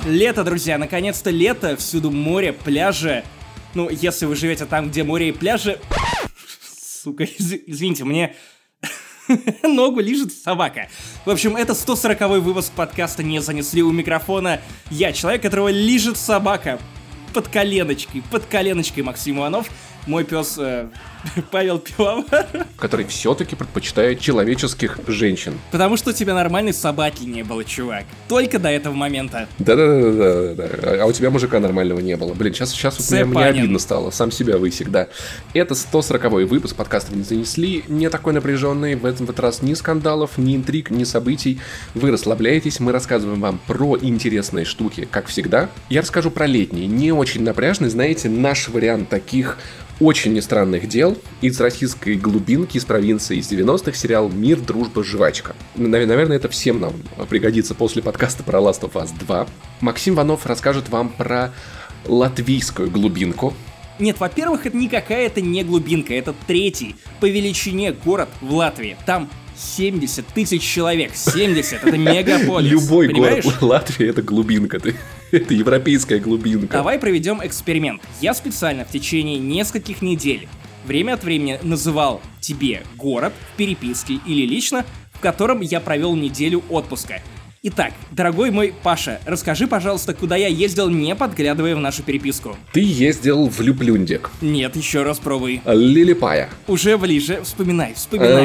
Лето, друзья, наконец-то лето, всюду море, пляжи. Ну, если вы живете там, где море и пляжи... Сука, извините, мне ногу лижет собака. В общем, это 140-й выпуск подкаста «Не занесли» у микрофона. Я человек, которого лижет собака под коленочкой Максим Иванов. Мой пес Павел Пивовар. Который все-таки предпочитает человеческих женщин. Потому что у тебя нормальной собаки не было, чувак. Только до этого момента. Да-да-да. А у тебя мужика нормального не было. Блин, сейчас вот мне обидно стало. Сам себя высек, да. Это 140-й выпуск подкаста «Не занесли». Не такой напряженный. В этот раз ни скандалов, ни интриг, ни событий. Вы расслабляетесь. Мы рассказываем вам про интересные штуки, как всегда. Я расскажу про летний. Не очень напряжный. Знаете, наш вариант таких... очень нестранных дел из российской глубинки, из провинции, из 90-х, сериал «Мир, дружба, жвачка». Наверное, это всем нам пригодится после подкаста про Last of Us 2. Максим Иванов расскажет вам про латвийскую глубинку. Нет, во-первых, это никакая это не глубинка, это третий по величине город в Латвии. Там 70 тысяч человек, 70, это мегаполис. Любой город в Латвии — это глубинка, это европейская глубинка. Давай проведем эксперимент. Я специально в течение нескольких недель время от времени называл тебе город в переписке или лично, в котором я провел неделю отпуска. Итак, дорогой мой Паша, расскажи, пожалуйста, куда я ездил, не подглядывая в нашу переписку. Ты ездил в Люблюндик. Нет, еще раз пробуй. Лилипая. Уже ближе, вспоминай.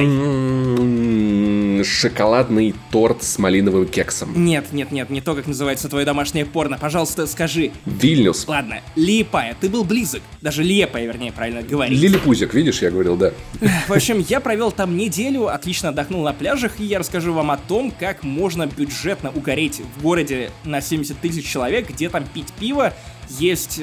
Шоколадный торт с малиновым кексом. Нет, не то, как называется твое домашнее порно. Пожалуйста, скажи. Вильнюс. Ладно, Лиепая, ты был близок. Даже Лиепая, вернее, правильно говорить. Лилипузик, видишь, я говорил, да. В общем, я провел там неделю, отлично отдохнул на пляжах, и я расскажу вам о том, как можно бюджетно угореть в городе на 70 тысяч человек, где там пить пиво, есть...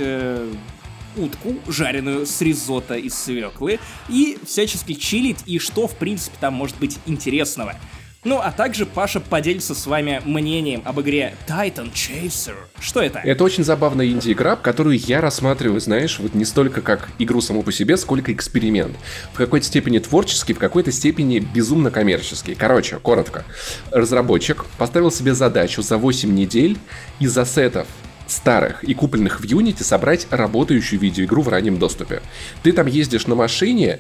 утку, жареную с ризотто из свеклы, и всячески чилить, и что, в принципе, там может быть интересного. Ну, а также Паша поделится с вами мнением об игре Titan Chaser. Что это? Это очень забавная инди-игра, которую я рассматриваю, знаешь, вот не столько как игру саму по себе, сколько эксперимент. В какой-то степени творческий, в какой-то степени безумно коммерческий. Короче, коротко. Разработчик поставил себе задачу за 8 недель из ассетов старых и купленных в Unity собрать работающую видеоигру в раннем доступе. Ты там ездишь на машине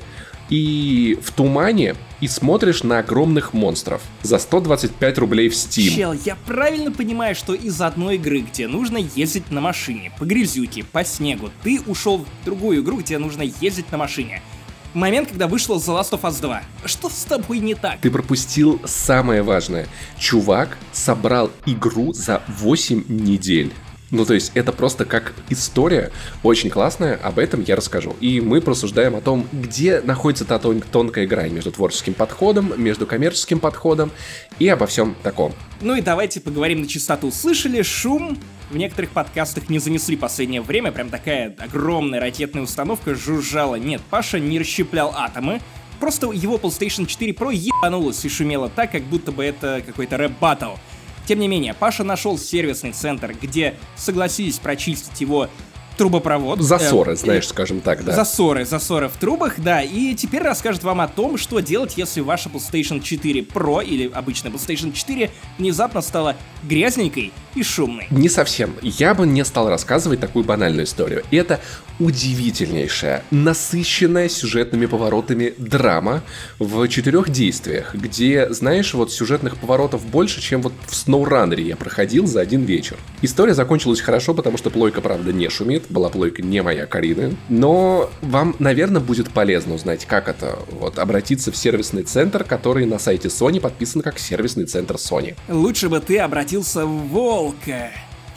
и в тумане и смотришь на огромных монстров за 125 рублей в Steam. Чел, я правильно понимаю, что из одной игры, где нужно ездить на машине, по грязюке, по снегу, ты ушел в другую игру, где нужно ездить на машине. Момент, когда вышла The Last of Us 2. Что с тобой не так? Ты пропустил самое важное. Чувак собрал игру за 8 недель. Ну, то есть, это просто как история, очень классная, об этом я расскажу. И мы просуждаем о том, где находится та тонкая грань между творческим подходом, между коммерческим подходом и обо всем таком. Ну и давайте поговорим на чистоту. Слышали шум? В некоторых подкастах «Не занесли» последнее время, прям такая огромная ракетная установка жужжала. Нет, Паша не расщеплял атомы. Просто его PlayStation 4 Pro ебанулась и шумело так, как будто бы это какой-то рэп-баттл. Тем не менее, Паша нашел сервисный центр, где согласились прочистить его трубопровод. Засоры, знаешь, скажем так, да. Засоры в трубах, да. И теперь расскажет вам о том, что делать, если ваша PlayStation 4 Pro или обычная PlayStation 4 внезапно стала грязненькой и шумной. Не совсем. Я бы не стал рассказывать такую банальную историю. Это удивительнейшая, насыщенная сюжетными поворотами драма в 4 действиях, где, знаешь, вот сюжетных поворотов больше, чем вот в SnowRunner я проходил за один вечер. История закончилась хорошо, потому что плойка, правда, не шумит. Была плойка не моя, Карины. Но вам, наверное, будет полезно узнать, как это, вот, обратиться в сервисный центр, который на сайте Sony подписан как сервисный центр Sony. Лучше бы ты обратился в Волка.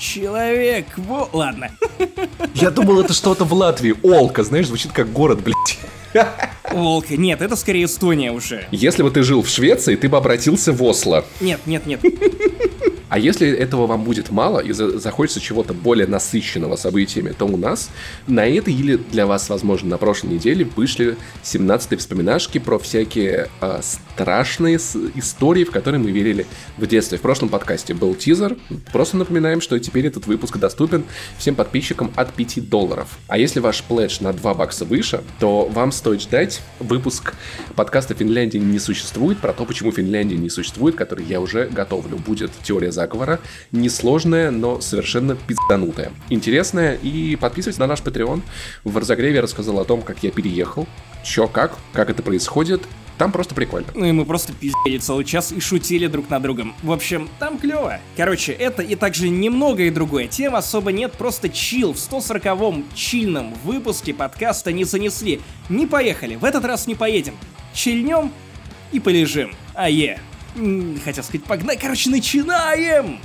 Ладно. Я думал, это что-то в Латвии. Олка, знаешь, звучит как город, блядь. Волка, нет, это скорее Эстония уже. Если бы ты жил в Швеции, ты бы обратился в Осло. Нет. А если этого вам будет мало и захочется чего-то более насыщенного событиями, то у нас на этой или для вас, возможно, на прошлой неделе вышли 17-е вспоминашки про всякие страшные истории, в которые мы верили в детстве. В прошлом подкасте был тизер. Просто напоминаем, что теперь этот выпуск доступен всем подписчикам от $5. А если ваш пледж на $2 выше, то вам стоит ждать выпуск подкаста «Финляндии не существует», про то, почему Финляндии не существует, который я уже готовлю. Будет теория заговора, несложная, но совершенно пизданутая. Интересная, и подписывайтесь на наш Patreon. В разогреве я рассказал о том, как я переехал, как это происходит. Там просто прикольно. Ну и мы просто пиздели целый час и шутили друг над другом. В общем, там клево. Короче, это и также немного и другое. Тем особо нет, просто чил. В 140-м чильном выпуске подкаста не занесли. Не поехали, в этот раз не поедем. Чильнем и полежим. Хотел сказать погнали. Короче, начинаем!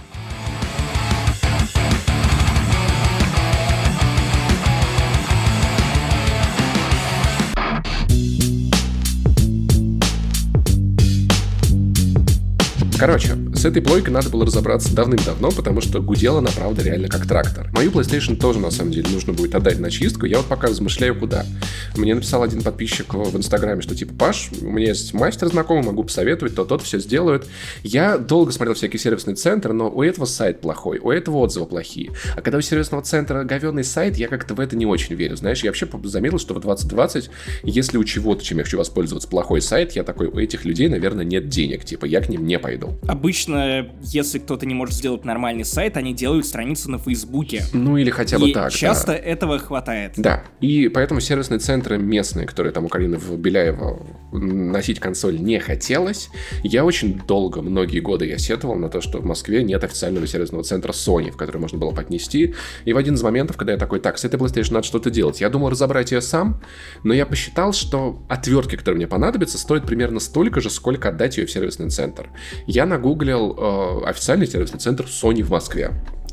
Короче, с этой плойкой надо было разобраться давным-давно, потому что гудела она, правда, реально как трактор. Мою PlayStation тоже, на самом деле, нужно будет отдать на чистку. Я вот пока размышляю, куда. Мне написал один подписчик в Инстаграме, что типа, Паш, у меня есть мастер знакомый, могу посоветовать, тот все сделают. Я долго смотрел всякие сервисные центры, но у этого сайт плохой, у этого отзывы плохие. А когда у сервисного центра говёный сайт, я как-то в это не очень верю. Знаешь, я вообще заметил, что в 2020, если у чего-то, чем я хочу воспользоваться, плохой сайт, я такой, у этих людей, наверное, нет денег, типа, я к ним не пойду. Обычно, если кто-то не может сделать нормальный сайт, они делают страницу на Фейсбуке. Ну или хотя бы так, часто этого хватает. Да, и поэтому сервисные центры местные, которые там у Карины Беляева носить консоль не хотелось, я очень долго, многие годы я сетовал на то, что в Москве нет официального сервисного центра Sony, в который можно было поднести. И в один из моментов, когда я такой, так, с этой PlayStation надо что-то делать, я думал разобрать ее сам, но я посчитал, что отвертки, которые мне понадобятся, стоят примерно столько же, сколько отдать ее в сервисный центр. Я нагуглил официальный сервисный центр Sony в Москве.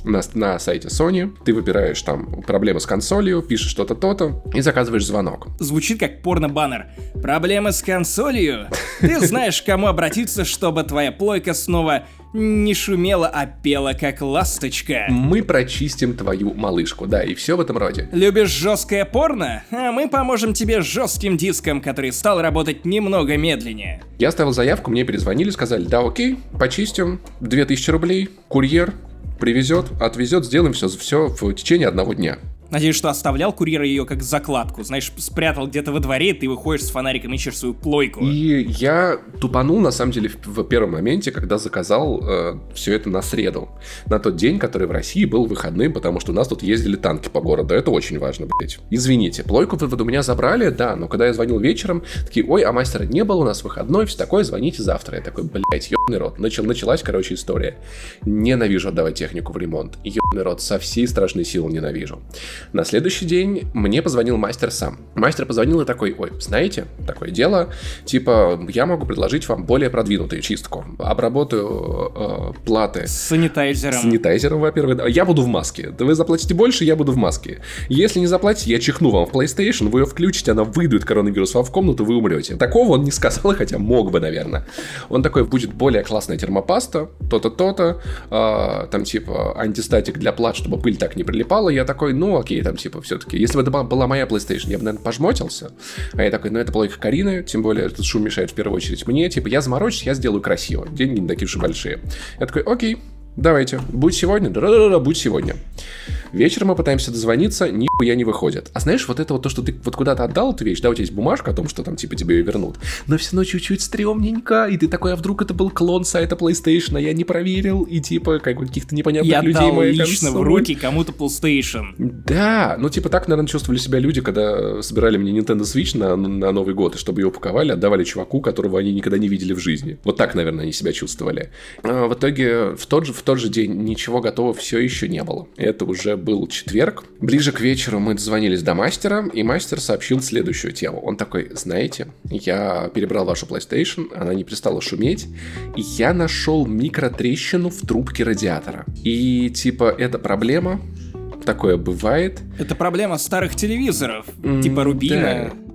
На сайте Sony ты выбираешь там проблемы с консолью, пишешь что-то, то-то и заказываешь звонок. Звучит как порно-баннер. Проблемы с консолью? Ты знаешь, к кому обратиться, чтобы твоя плойка снова не шумела, а пела как ласточка. Мы прочистим твою малышку, да, и все в этом роде. Любишь жесткое порно? А мы поможем тебе с жестким диском, который стал работать немного медленнее. Я оставил заявку, мне перезвонили, сказали, да, окей, почистим, 2000 рублей, курьер привезет, отвезет, сделаем все в течение одного дня. Надеюсь, что оставлял курьера ее как закладку. Знаешь, спрятал где-то во дворе, ты выходишь с фонариком, ищешь свою плойку. И я тупанул, на самом деле, в первом моменте, когда заказал все это на среду. На тот день, который в России был выходным, потому что у нас тут ездили танки по городу. Это очень важно, блять. Извините, плойку вы у меня забрали, да, но когда я звонил вечером, такие, ой, а мастера не было, у нас выходной, все такое, звоните завтра. Я такой, блять, ебаный рот. Началась, короче, история. Ненавижу отдавать технику в ремонт. Ебаный рот, со всей страшной силы ненавижу. На следующий день мне позвонил мастер сам. Мастер позвонил и такой, ой, знаете, такое дело, типа, я могу предложить вам более продвинутую чистку. Обработаю платы. С санитайзером. С санитайзером, во-первых. Я буду в маске. Вы заплатите больше, я буду в маске. Если не заплатите, я чихну вам в PlayStation, вы ее включите, она выйдет коронавирус вам в комнату, вы умрете. Такого он не сказал, хотя мог бы, наверное. Он такой, будет более классная термопаста, то-то, то-то, там типа антистатик для плат, чтобы пыль так не прилипала. Я такой, ну окей, там типа все-таки, если бы это была моя PlayStation, я бы, наверное, пожмотился. А я такой, ну это плойка Карины, тем более этот шум мешает в первую очередь мне. Типа я заморочусь, я сделаю красиво. Деньги не такие уж и большие. Я такой, окей, давайте, будь сегодня? Да-да-да, будь сегодня. Вечером мы пытаемся дозвониться, нихуя не выходит. А знаешь, вот это вот то, что ты вот куда-то отдал эту вещь, да, у тебя есть бумажка о том, что там типа тебе ее вернут, но все равно чуть-чуть стрёмненько, и ты такой, а вдруг это был клон сайта PlayStation, а я не проверил, и типа каких-то непонятных людей моя моя консоль. Я дал лично в руки кому-то PlayStation. Да, ну типа так, наверное, чувствовали себя люди, когда собирали мне Nintendo Switch на Новый год, и чтобы ее упаковали, отдавали чуваку, которого они никогда не видели в жизни. Вот так, наверное, они себя чувствовали. А в итоге в тот же день ничего готового все еще не было. Это уже был четверг. Ближе к вечеру мы дозвонились до мастера, и мастер сообщил следующую тему. Он такой, знаете, я перебрал вашу PlayStation, она не перестала шуметь, и я нашел микротрещину в трубке радиатора. И типа это проблема, такое бывает. Это проблема старых телевизоров, типа Рубина. Да.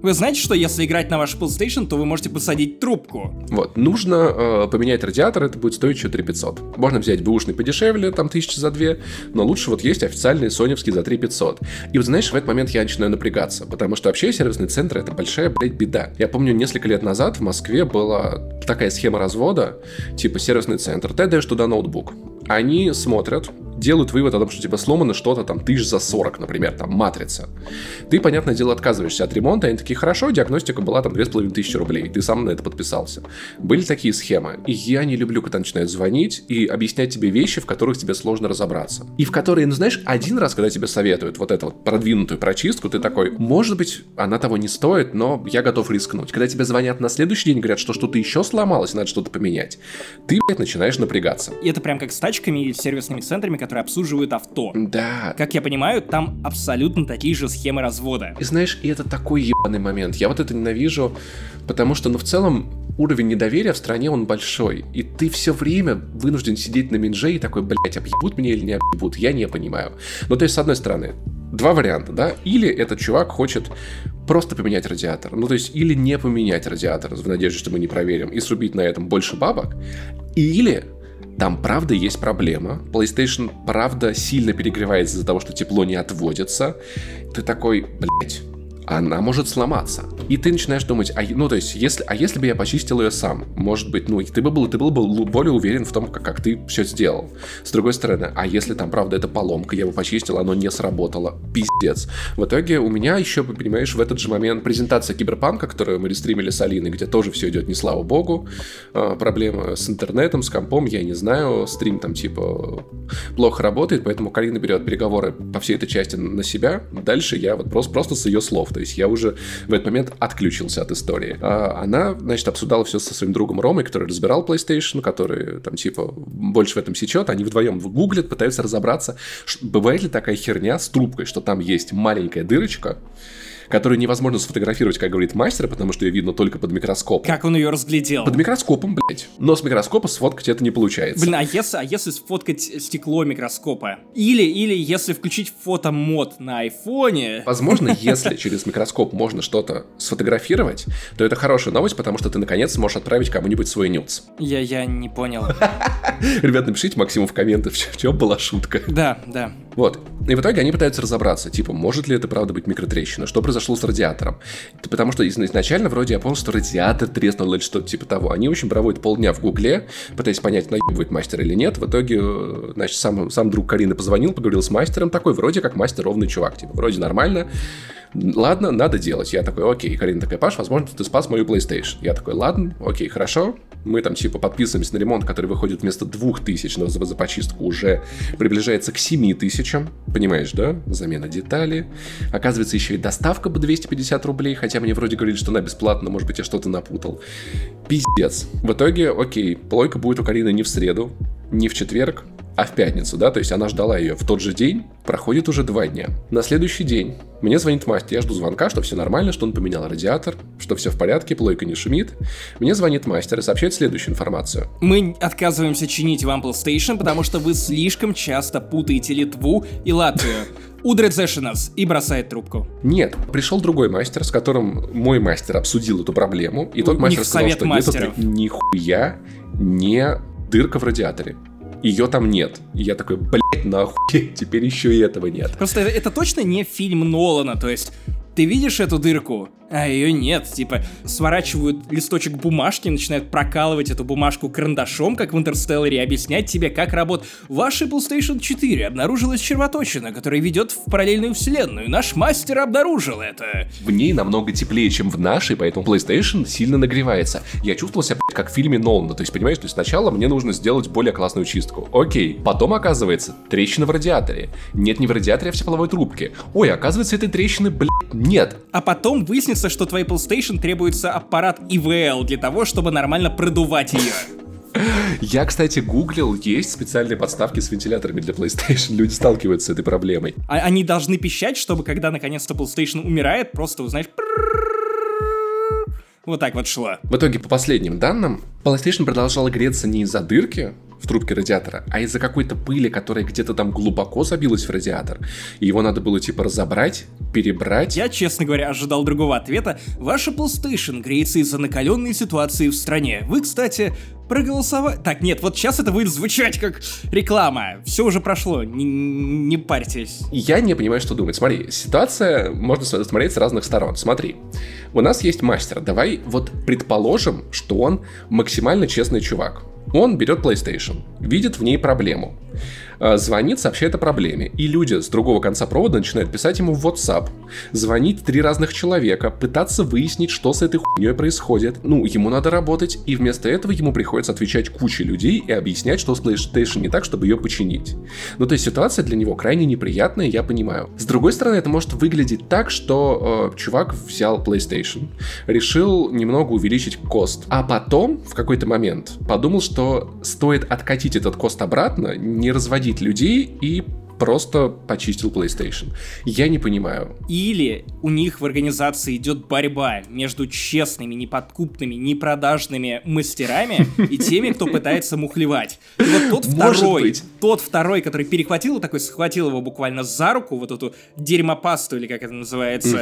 Вы знаете, что если играть на ваш PlayStation, то вы можете посадить трубку? Вот, нужно поменять радиатор, это будет стоить еще 3500. Можно взять бэушный подешевле, там 1000 за 2, но лучше вот есть официальные соневские за 3500. И вот знаешь, в этот момент я начинаю напрягаться, потому что вообще сервисный центр — это большая, блядь, беда. Я помню, несколько лет назад в Москве была такая схема развода, типа сервисный центр, ты даешь туда ноутбук, они смотрят, делают вывод о том, что типа сломано что-то там 1040, например, там матрица. Ты, понятное дело, отказываешься от ремонта, они такие: хорошо, диагностика была там 2500 рублей, ты сам на это подписался. Были такие схемы. И я не люблю, когда начинают звонить и объяснять тебе вещи, в которых тебе сложно разобраться. И в которые, ну знаешь, один раз, когда тебе советуют вот эту вот продвинутую прочистку, ты такой: может быть, она того не стоит, но я готов рискнуть. Когда тебе звонят на следующий день, говорят, что что-то еще сломалось, надо что-то поменять, ты, блядь, начинаешь напрягаться. И это прям как с тачками и сервисными центрами, которые обслуживают авто. Да. Как я понимаю, там абсолютно такие же схемы развода. И знаешь, и это такой ебаный момент. Я вот это ненавижу, потому что, ну, в целом, уровень недоверия в стране, он большой. И ты все время вынужден сидеть на минже и такой: блять, объебут меня или не объебут? Я не понимаю. Ну, то есть, с одной стороны, два варианта, да? Или этот чувак хочет просто поменять радиатор. Ну, то есть, или не поменять радиатор, в надежде, что мы не проверим, и срубить на этом больше бабок. Или там правда есть проблема. PlayStation правда сильно перегревается из-за того, что тепло не отводится. Ты такой: блять, она может сломаться. И ты начинаешь думать: ну, то есть, если бы я почистил ее сам, может быть, ну, ты был бы более уверен в том, как ты все сделал. С другой стороны, а если там, правда, это поломка, я бы почистил, оно не сработало. Пиздец. В итоге у меня еще, понимаешь, в этот же момент презентация Киберпанка, которую мы рестримили с Алиной, где тоже все идет не слава богу. Проблемы с интернетом, с компом, я не знаю. Стрим там, типа, плохо работает, поэтому Карина берет переговоры по всей этой части на себя. Дальше я вот просто с ее слов. То есть я уже в этот момент отключился от истории. Она, значит, обсуждала все со своим другом Ромой, который разбирал PlayStation, который там типа больше в этом сечет. Они вдвоем гуглят, пытаются разобраться, бывает ли такая херня с трубкой, что там есть маленькая дырочка, которую невозможно сфотографировать, как говорит мастер, потому что ее видно только под микроскопом. Как он ее разглядел? Под микроскопом, блять. Но с микроскопа сфоткать это не получается. Блин, а если сфоткать стекло микроскопа? Или если включить фотомод на айфоне? Возможно, если через микроскоп можно что-то сфотографировать, то это хорошая новость, потому что ты наконец сможешь отправить кому-нибудь свой нюц. Я не понял. Ребят, напишите Максиму в комменты, в чем была шутка. Да. Вот. И в итоге они пытаются разобраться, типа, может ли это правда быть микротрещина, что произошло с радиатором. Потому что изначально вроде я понял, что радиатор треснул или что-то типа того. Они, в общем, проводят полдня в Гугле, пытаясь понять, наебывает мастер или нет. В итоге, значит, сам друг Карины позвонил, поговорил с мастером, такой вроде как мастер ровный чувак, типа, вроде нормально. Ладно, надо делать. Я такой: окей. Карина такая: Паш, возможно, ты спас мою PlayStation. Я такой: ладно, окей, хорошо. Мы там типа подписываемся на ремонт, который выходит вместо 2000 за почистку уже приближается к 7000. Понимаешь, да? Замена деталей. Оказывается, еще и доставка по 250 рублей, хотя мне вроде говорили, что она бесплатна, может быть, я что-то напутал. Пиздец. В итоге, окей, плойка будет у Карины не в среду, не в четверг, а в пятницу, да, то есть она ждала ее в тот же день, проходит уже 2 дня. На следующий день мне звонит мастер, я жду звонка, что все нормально, что он поменял радиатор, что все в порядке, плойка не шумит. Мне звонит мастер и сообщает следующую информацию. Мы отказываемся чинить вам PlayStation, потому что вы слишком часто путаете Литву и Латвию. Удрецеши нас и бросает трубку. Нет, пришел другой мастер, с которым мой мастер обсудил эту проблему, и тот мастер сказал, что это нихуя не дырка в радиаторе. Ее там нет. И я такой: блять, нахуй, теперь еще и этого нет. Просто это точно не фильм Нолана, то есть ты видишь эту дырку, а ее нет. Типа, сворачивают листочек бумажки, начинают прокалывать эту бумажку карандашом, как в Интерстелларе, и объяснять тебе, как работает. В вашей PlayStation 4 обнаружилась червоточина, которая ведет в параллельную вселенную. Наш мастер обнаружил это. В ней намного теплее, чем в нашей, поэтому PlayStation сильно нагревается. Я чувствовал себя, как в фильме Нолана. То есть, понимаешь, то есть сначала мне нужно сделать более классную чистку. Окей. Потом, оказывается, трещина в радиаторе. Нет, не в радиаторе, а в тепловой трубке. Ой, оказывается, этой трещины, блядь, нет. А потом выяснится, что твоей PlayStation требуется аппарат ИВЛ для того, чтобы нормально продувать ее. Я, кстати, гуглил, есть специальные подставки с вентиляторами для PlayStation. Люди сталкиваются с этой проблемой. Они должны пищать, чтобы когда наконец-то PlayStation умирает, просто узнаешь... Вот так вот шло. В итоге, по последним данным, PlayStation продолжала греться не из-за дырки в трубке радиатора, а из-за какой-то пыли, которая где-то там глубоко забилась в радиатор, и его надо было типа разобрать, перебрать. Я, честно говоря, ожидал другого ответа. Ваша PlayStation греется из-за накаленной ситуации в стране. Вы, кстати, проголосовали... Так, нет, вот сейчас это будет звучать как реклама. Все уже прошло, не парьтесь. Я не понимаю, что думать. Смотри, ситуация можно смотреть с разных сторон. Смотри, у нас есть мастер. Давай вот предположим, что он максимально честный чувак. Он берет PlayStation, видит в ней проблему, звонит, сообщает о проблеме, и люди с другого конца провода начинают писать ему в WhatsApp, звонить 3 разных человека, пытаться выяснить, что с этой хуйней происходит. Ему надо работать, и вместо этого ему приходится отвечать куче людей и объяснять, что с PlayStation не так, чтобы ее починить. То есть ситуация для него крайне неприятная, я понимаю. С другой стороны, это может выглядеть так, что чувак взял PlayStation, решил немного увеличить кост, а потом в какой-то момент подумал, что стоит откатить этот кост обратно, не разводить людей и просто почистил PlayStation. Я не понимаю. Или у них в организации идет борьба между честными, неподкупными, непродажными мастерами и теми, кто пытается мухлевать. И вот тот второй, который перехватил, такой схватил его буквально за руку, вот эту дерьмопасту, или как это называется,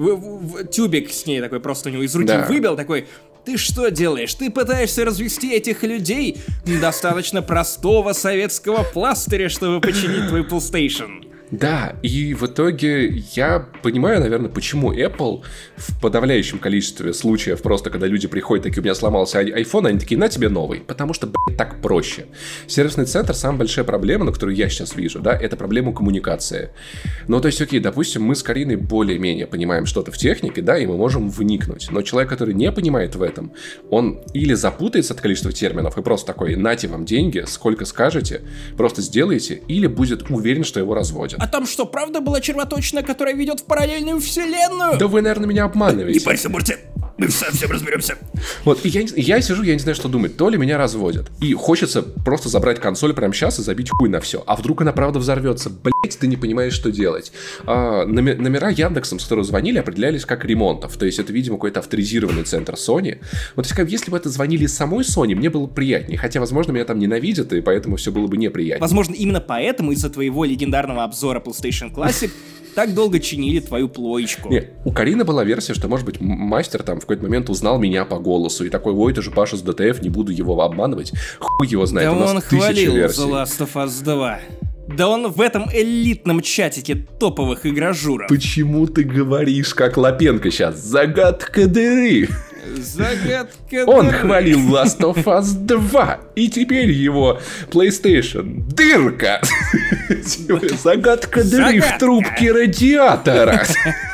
тюбик с ней такой просто у него из руки выбил, такой... Ты что делаешь? Ты пытаешься развести этих людей? Достаточно простого советского пластыря, чтобы починить твой PlayStation. Да, и в итоге я понимаю, наверное, почему Apple в подавляющем количестве случаев, просто когда люди приходят, такие, у меня сломался iPhone, они такие, на тебе новый, потому что, так проще. Сервисный центр, самая большая проблема, на которую я сейчас вижу, да, это проблема коммуникации. То есть, окей, допустим, мы с Кариной более-менее понимаем что-то в технике, да, и мы можем вникнуть, но человек, который не понимает в этом, он или запутается от количества терминов и просто такой, нате вам деньги, сколько скажете, просто сделайте, или будет уверен, что его разводят. А там что, правда была червоточина, которая ведет в параллельную вселенную? Да вы, наверное, меня обманываете. Не парься, Мурти, мы совсем разберемся. Вот, и я сижу, я не знаю, что думать. То ли меня разводят. И хочется просто забрать консоль прямо сейчас и забить хуй на все. А вдруг она правда взорвется? Блять, ты не понимаешь, что делать. Номера Яндексом, с которого звонили, определялись как ремонтов. То есть это, видимо, какой-то авторизированный центр Sony. Вот если бы это звонили из самой Sony, мне было приятнее. Хотя, возможно, меня там ненавидят, и поэтому все было бы неприятнее. Возможно, именно поэтому из-за твоего легендарного обзора PlayStation Classic так долго чинили твою плоечку. Не, у Карины была версия, что, может быть, мастер там в какой-то момент узнал меня по голосу и такой, ой, это же Паша с ДТФ, не буду его обманывать. Хуй его знает, да у нас он 1000 хвалил версий. The Last of Us 2. Да он в этом элитном чатике топовых игражуров. Почему ты говоришь, как Лапенко сейчас? Загадка дыры. Загадка Он хвалил Last of Us 2, и теперь его PlayStation дырка. Загадка дыры в трубке радиатора.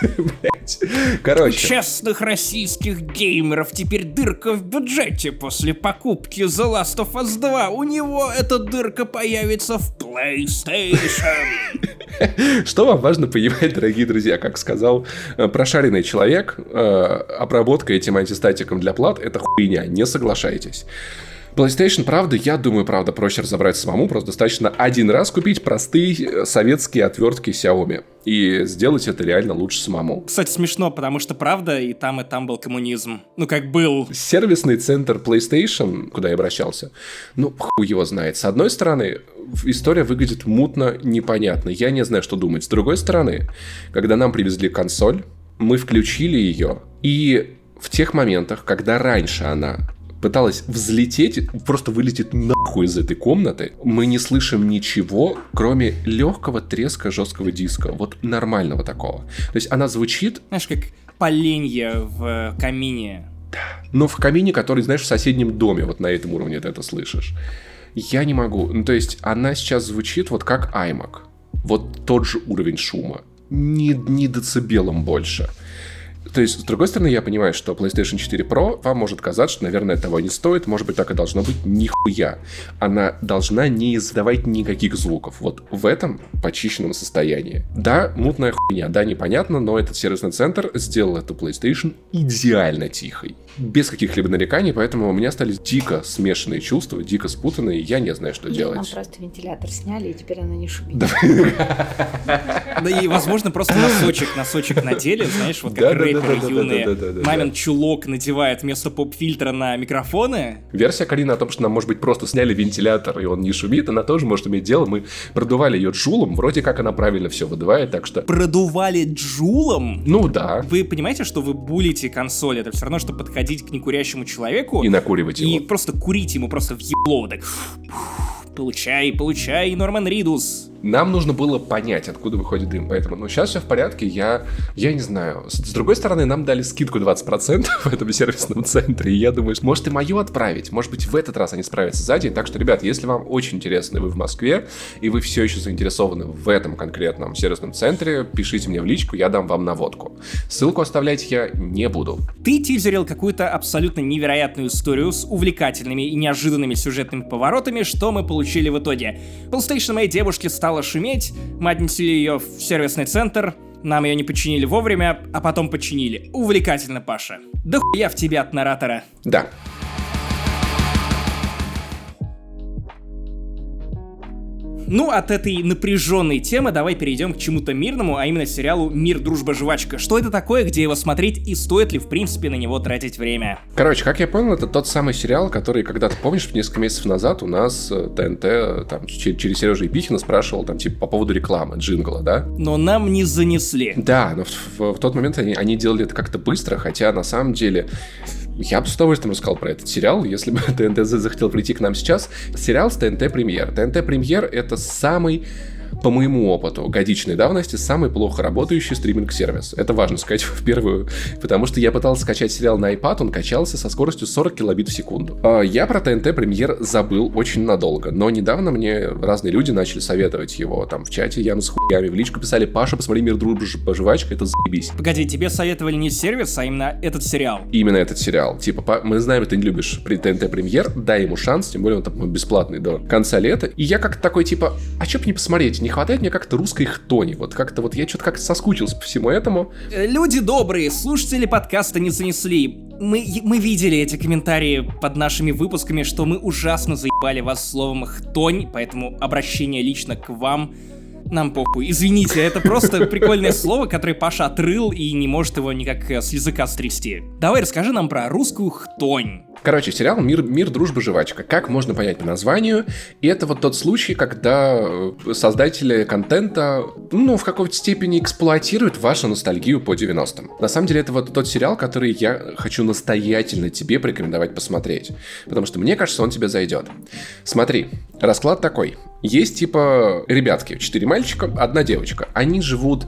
Короче. У честных российских геймеров теперь дырка в бюджете после покупки The Last of Us 2. У него эта дырка появится в PlayStation. Что вам важно понимать, дорогие друзья? Как сказал прошаренный человек, обработка этим антистатиком для плат — это хуйня, не соглашайтесь. PlayStation, правда, я думаю, правда, проще разобрать самому, просто достаточно один раз купить простые советские отвертки Xiaomi и сделать это реально лучше самому. Кстати, смешно, потому что, правда, и там был коммунизм. Как был. Сервисный центр PlayStation, куда я обращался, хуй его знает. С одной стороны, история выглядит мутно, непонятно, я не знаю, что думать. С другой стороны, когда нам привезли консоль, мы включили ее, и в тех моментах, когда раньше она пыталась взлететь, просто вылететь нахуй из этой комнаты, мы не слышим ничего, кроме легкого треска жесткого диска. Вот нормального такого. То есть она звучит... Знаешь, как поленье в камине. Да. Но в камине, который, знаешь, в соседнем доме, вот на этом уровне ты это слышишь. Я не могу. То есть она сейчас звучит вот как iMac. Вот тот же уровень шума. Не децибелом больше. То есть, с другой стороны, я понимаю, что PlayStation 4 Pro вам может казаться, что, наверное, того не стоит. Может быть, так и должно быть. Нихуя. Она должна не издавать никаких звуков. Вот в этом почищенном состоянии. Да, мутная хуйня, да, непонятно, но этот сервисный центр сделал эту PlayStation идеально тихой. Без каких-либо нареканий, поэтому у меня остались дико смешанные чувства, дико спутанные, я не знаю, что делать. Нам просто вентилятор сняли, и теперь она не шумит. Да и, возможно, просто носочек надели, знаешь, вот как рэперы юные мамин чулок надевают вместо поп-фильтра на микрофоны. Версия Карины о том, что нам, может быть, просто сняли вентилятор, и он не шумит, она тоже может иметь дело. Мы продували ее джулом, вроде как она правильно все выдувает, так что... Продували джулом? Ну да. Вы понимаете, что вы булите консоль? Это все равно, что подходить к некурящему человеку... И накуривать его. И просто курить ему просто в ебло, так... Получай, Норман Ридус. Нам нужно было понять, откуда выходит дым, поэтому, сейчас все в порядке, я не знаю. С другой стороны, нам дали скидку 20% в этом сервисном центре, и я думаю, может и мою отправить, может быть в этот раз они справятся за день, так что, ребят, если вам очень интересно, и вы в Москве, и вы все еще заинтересованы в этом конкретном сервисном центре, пишите мне в личку, я дам вам наводку. Ссылку оставлять я не буду. Ты тизерил какую-то абсолютно невероятную историю с увлекательными и неожиданными сюжетными поворотами, что мы получили в итоге. PlayStation моей девушке стала шуметь, мы отнесли ее в сервисный центр, нам ее не починили вовремя, а потом починили. Увлекательно, Паша. Да хуя в тебя от наратора. Да. Ну, от этой напряженной темы давай перейдем к чему-то мирному, а именно сериалу «Мир, дружба, жвачка». Что это такое, где его смотреть и стоит ли, в принципе, на него тратить время? Короче, как я понял, это тот самый сериал, который когда-то, помнишь, несколько месяцев назад у нас ТНТ там, через Сережу Епихина спрашивал там, типа, по поводу рекламы, джингла, да? Но нам не занесли. Да, но в тот момент они делали это как-то быстро, хотя на самом деле... Я бы с удовольствием рассказал про этот сериал, если бы ТНТ захотел прийти к нам сейчас. Сериал с ТНТ Премьер. ТНТ Премьер — это самый, по моему опыту, годичной давности, самый плохо работающий стриминг-сервис. Это важно сказать в первую, потому что я пытался скачать сериал на iPad, он качался со скоростью 40 килобит в секунду. Я про ТНТ Премьер забыл очень надолго, но недавно мне разные люди начали советовать его. Там в чате Яну с хуями, в личку писали: Паша, посмотри «Мир, дружба, жвачка», это заебись. Погоди, тебе советовали не сервис, а именно этот сериал? Именно этот сериал. Типа, мы знаем, ты не любишь ТНТ Премьер, дай ему шанс, тем более он там бесплатный до конца лета. И я как-то такой, типа, а чё бы не посмотреть? Не хватает мне как-то русской хтони. Вот как-то вот я что-то как-то соскучился по всему этому. Люди добрые, слушатели подкаста не занесли. Мы видели эти комментарии под нашими выпусками, что мы ужасно заебали вас словом хтонь, поэтому обращение лично к вам. Нам похуй. Извините, это просто прикольное слово, которое Паша отрыл и не может его никак с языка стрясти. Давай расскажи нам про русскую хтонь. Короче, сериал «Мир, дружба, жвачка». Как можно понять по названию? И это вот тот случай, когда создатели контента, в какой-то степени эксплуатируют вашу ностальгию по 90-м. На самом деле, это вот тот сериал, который я хочу настоятельно тебе порекомендовать посмотреть. Потому что мне кажется, он тебе зайдет. Смотри, расклад такой. Есть типа ребятки, 4 мальчика, 1 девочка. Они живут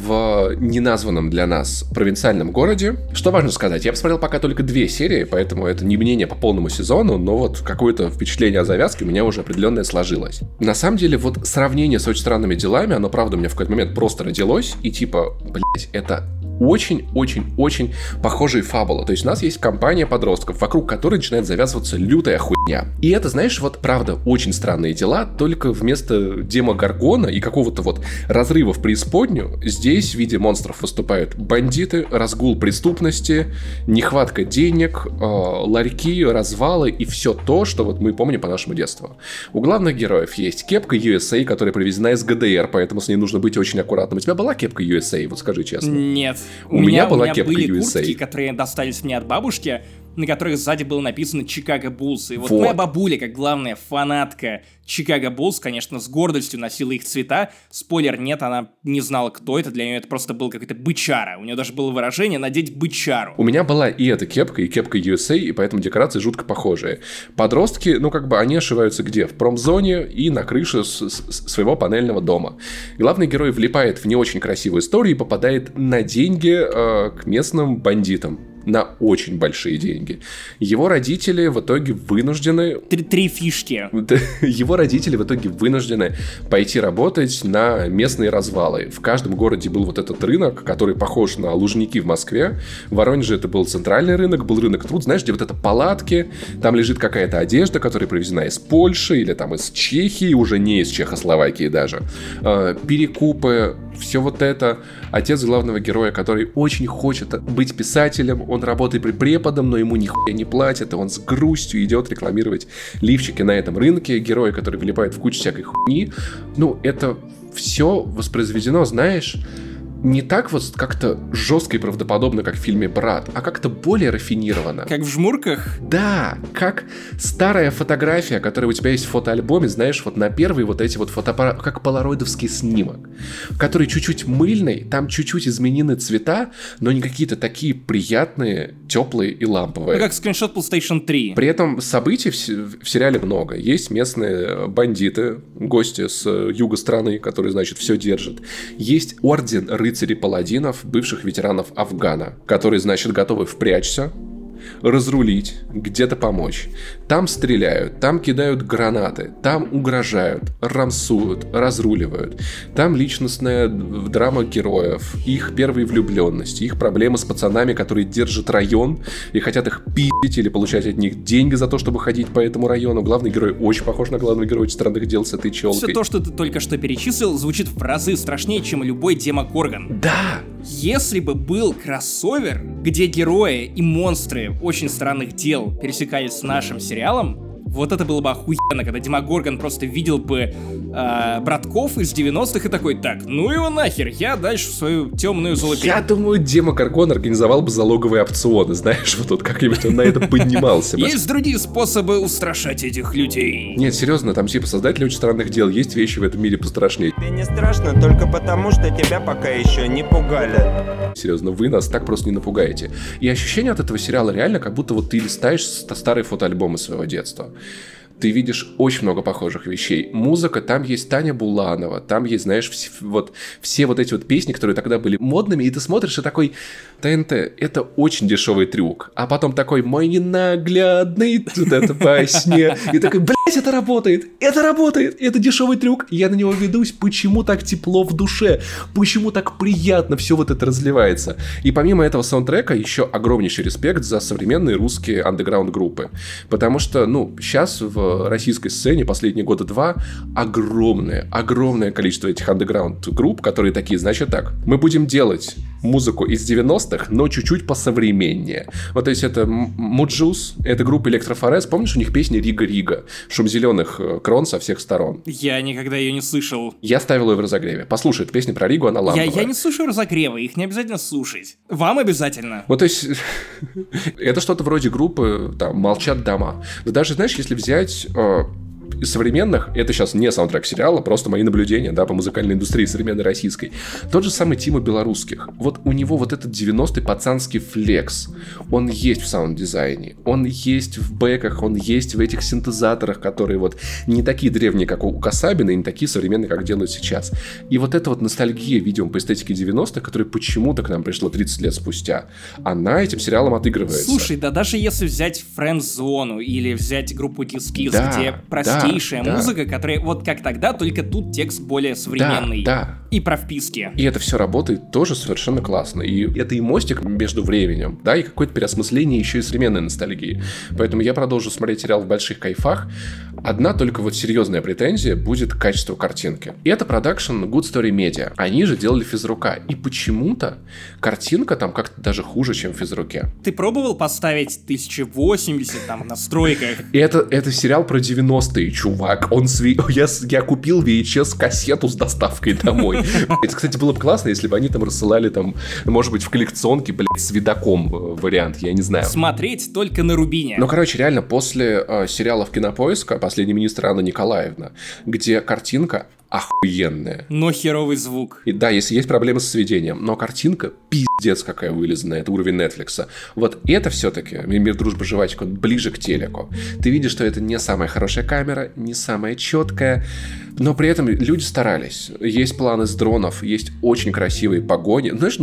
в неназванном для нас провинциальном городе. Что важно сказать, я посмотрел пока только 2 серии, поэтому это не мнение по полному сезону, но вот какое-то впечатление о завязке у меня уже определенное сложилось. На самом деле, вот сравнение с «Очень странными делами», оно, правда, у меня в какой-то момент просто родилось, и типа, блять, это очень-очень-очень похожие фабулы. То есть у нас есть компания подростков, вокруг которой начинает завязываться лютая хуйня. И это, знаешь, вот правда очень странные дела, только вместо Демогоргона и какого-то вот разрыва в преисподнюю здесь в виде монстров выступают бандиты, разгул преступности, нехватка денег, ларьки, развалы и все то, что вот мы помним по нашему детству. У главных героев есть кепка USA, которая привезена из ГДР, поэтому с ней нужно быть очень аккуратным. У тебя была кепка USA, вот скажи честно? Нет. У меня была кепка были USA. Куртки, которые достались мне от бабушки, на которых сзади было написано «Чикаго Буллс». И вот моя бабуля, как главная фанатка Чикаго Буллс, конечно, с гордостью носила их цвета. Спойлер, нет, она не знала, кто это. Для нее это просто был какой-то бычара. У нее даже было выражение «надеть бычару». У меня была и эта кепка, и кепка USA, и поэтому декорации жутко похожие. Подростки, они ошиваются где? В промзоне и на крыше своего панельного дома. Главный герой влипает в не очень красивую историю и попадает на деньги к местным бандитам. На очень большие деньги. Его родители в итоге вынуждены... 3 фишки. Его родители в итоге вынуждены пойти работать на местные развалы. В каждом городе был вот этот рынок, который похож на Лужники в Москве. В Воронеже это был центральный рынок, был рынок труд, знаешь, где вот это палатки, там лежит какая-то одежда, которая привезена из Польши или там из Чехии, уже не из Чехословакии даже. Перекупы, все вот это. Отец главного героя, который очень хочет быть писателем, он работает преподом, но ему нихуя не платят, и он с грустью идет рекламировать лифчики на этом рынке. Герои, которые влипают в кучу всякой хуйни. Это все воспроизведено, знаешь, не так вот как-то жестко и правдоподобно, как в фильме «Брат», а как-то более рафинированно. Как в «Жмурках»? Да, как старая фотография, которая у тебя есть в фотоальбоме, знаешь, вот на первый вот эти вот фотоаппараты, как полароидовский снимок, который чуть-чуть мыльный, там чуть-чуть изменены цвета, но не какие-то такие приятные, теплые и ламповые. Ну, как скриншот PlayStation 3. При этом событий в сериале много. Есть местные бандиты, гости с юга страны, которые, значит, все держат. Есть орден рыцарей-паладинов, бывших ветеранов Афгана, которые, значит, готовы впрячься, разрулить, где-то помочь. Там стреляют, там кидают гранаты, там угрожают, рамсуют, разруливают. Там личностная драма героев, их первые влюбленности, их проблемы с пацанами, которые держат район и хотят их пи***ть или получать от них деньги за то, чтобы ходить по этому району. Главный герой очень похож на главного героя «Странных дел» с этой челкой. Все то, что ты только что перечислил, звучит в разы страшнее, чем любой Демогоргон. Да! Если бы был кроссовер, где герои и монстры очень странных дел пересекались с нашим сериалом, вот это было бы охуенно, когда Демогоргон просто видел бы братков из 90-х и такой: так, ну его нахер, я дальше в свою темную залупень. Я думаю, Демогоргон организовал бы залоговые опционы, знаешь, вот тут как-нибудь он на это поднимался бы. Есть другие способы устрашать этих людей. Нет, серьезно, там типа создатели очень странных дел, есть вещи в этом мире пострашнее. Тебе не страшно только потому, что тебя пока еще не пугали. Серьезно, вы нас так просто не напугаете. И ощущение от этого сериала реально, как будто вот ты листаешь старые фотоальбомы своего детства. Ты видишь очень много похожих вещей. Музыка, там есть Таня Буланова, там есть, знаешь, все вот эти вот песни, которые тогда были модными, и ты смотришь и такой: ТНТ, это очень дешевый трюк. А потом такой: мой ненаглядный, вот это во сне. И такой: блять, это работает, это дешевый трюк. Я на него ведусь, почему так тепло в душе, почему так приятно все вот это разливается. И помимо этого саундтрека еще огромнейший респект за современные русские андеграунд-группы. Потому что, сейчас в российской сцене последние года 2 огромное количество этих андеграунд-групп, которые такие: значит так, мы будем делать музыку из 90-х, но чуть-чуть посовременнее. Вот, то есть это Муджус, это группа Электрофорез. Помнишь, у них песня «Рига-Рига», шум зеленых крон со всех сторон? Я никогда ее не слышал. Я ставил ее в разогреве. Послушай, это песня про Ригу, она ламповая. Я не слушаю разогревы, их не обязательно слушать. Вам обязательно. Вот, то есть это что-то вроде группы, там, «Молчат дома». Да даже, знаешь, если взять из современных, это сейчас не саундтрек сериала, просто мои наблюдения, да, по музыкальной индустрии современной российской. Тот же самый Тима Белорусских. Вот у него вот этот 90-й пацанский флекс. Он есть в саунд-дизайне, он есть в бэках, он есть в этих синтезаторах, которые вот не такие древние, как у Касабина, и не такие современные, как делают сейчас. И вот эта вот ностальгия, видимо, по эстетике 90-х, которая почему-то к нам пришла 30 лет спустя, она этим сериалом отыгрывается. Слушай, да даже если взять Friend-Zone или взять группу Kiss-Kiss, да, где простейшая музыка, которая вот как тогда, только тут текст более современный. Да. И про вписки. И это все работает тоже совершенно классно. И это и мостик между временем, да, и какое-то переосмысление еще и современной ностальгии. Поэтому я продолжу смотреть сериал в больших кайфах. Одна только вот серьезная претензия будет к качеству картинки. И это продакшн Good Story Media. Они же делали Физрука. И почему-то картинка там как-то даже хуже, чем в Физруке. Ты пробовал поставить 1080 там в настройках? Это сериал про 90-е, чувак. Я купил VHS-кассету с доставкой домой. Это, кстати, было бы классно, если бы они там рассылали там, может быть, в коллекционке, с видаком вариант, я не знаю. Смотреть только на Рубине. Ну, короче, реально, после сериалов «Кинопоиска», «Последний министр» Анна Николаевна, где картинка охуенная. Но херовый звук. И да, если есть проблемы с сведением, но картинка пиздец какая вылизанная, это уровень Netflix. Вот это все-таки «Мир, дружба, жвачка», он ближе к телеку. Ты видишь, что это не самая хорошая камера, не самая четкая, но при этом люди старались. Есть планы с дронов, есть очень красивые погони. Знаешь,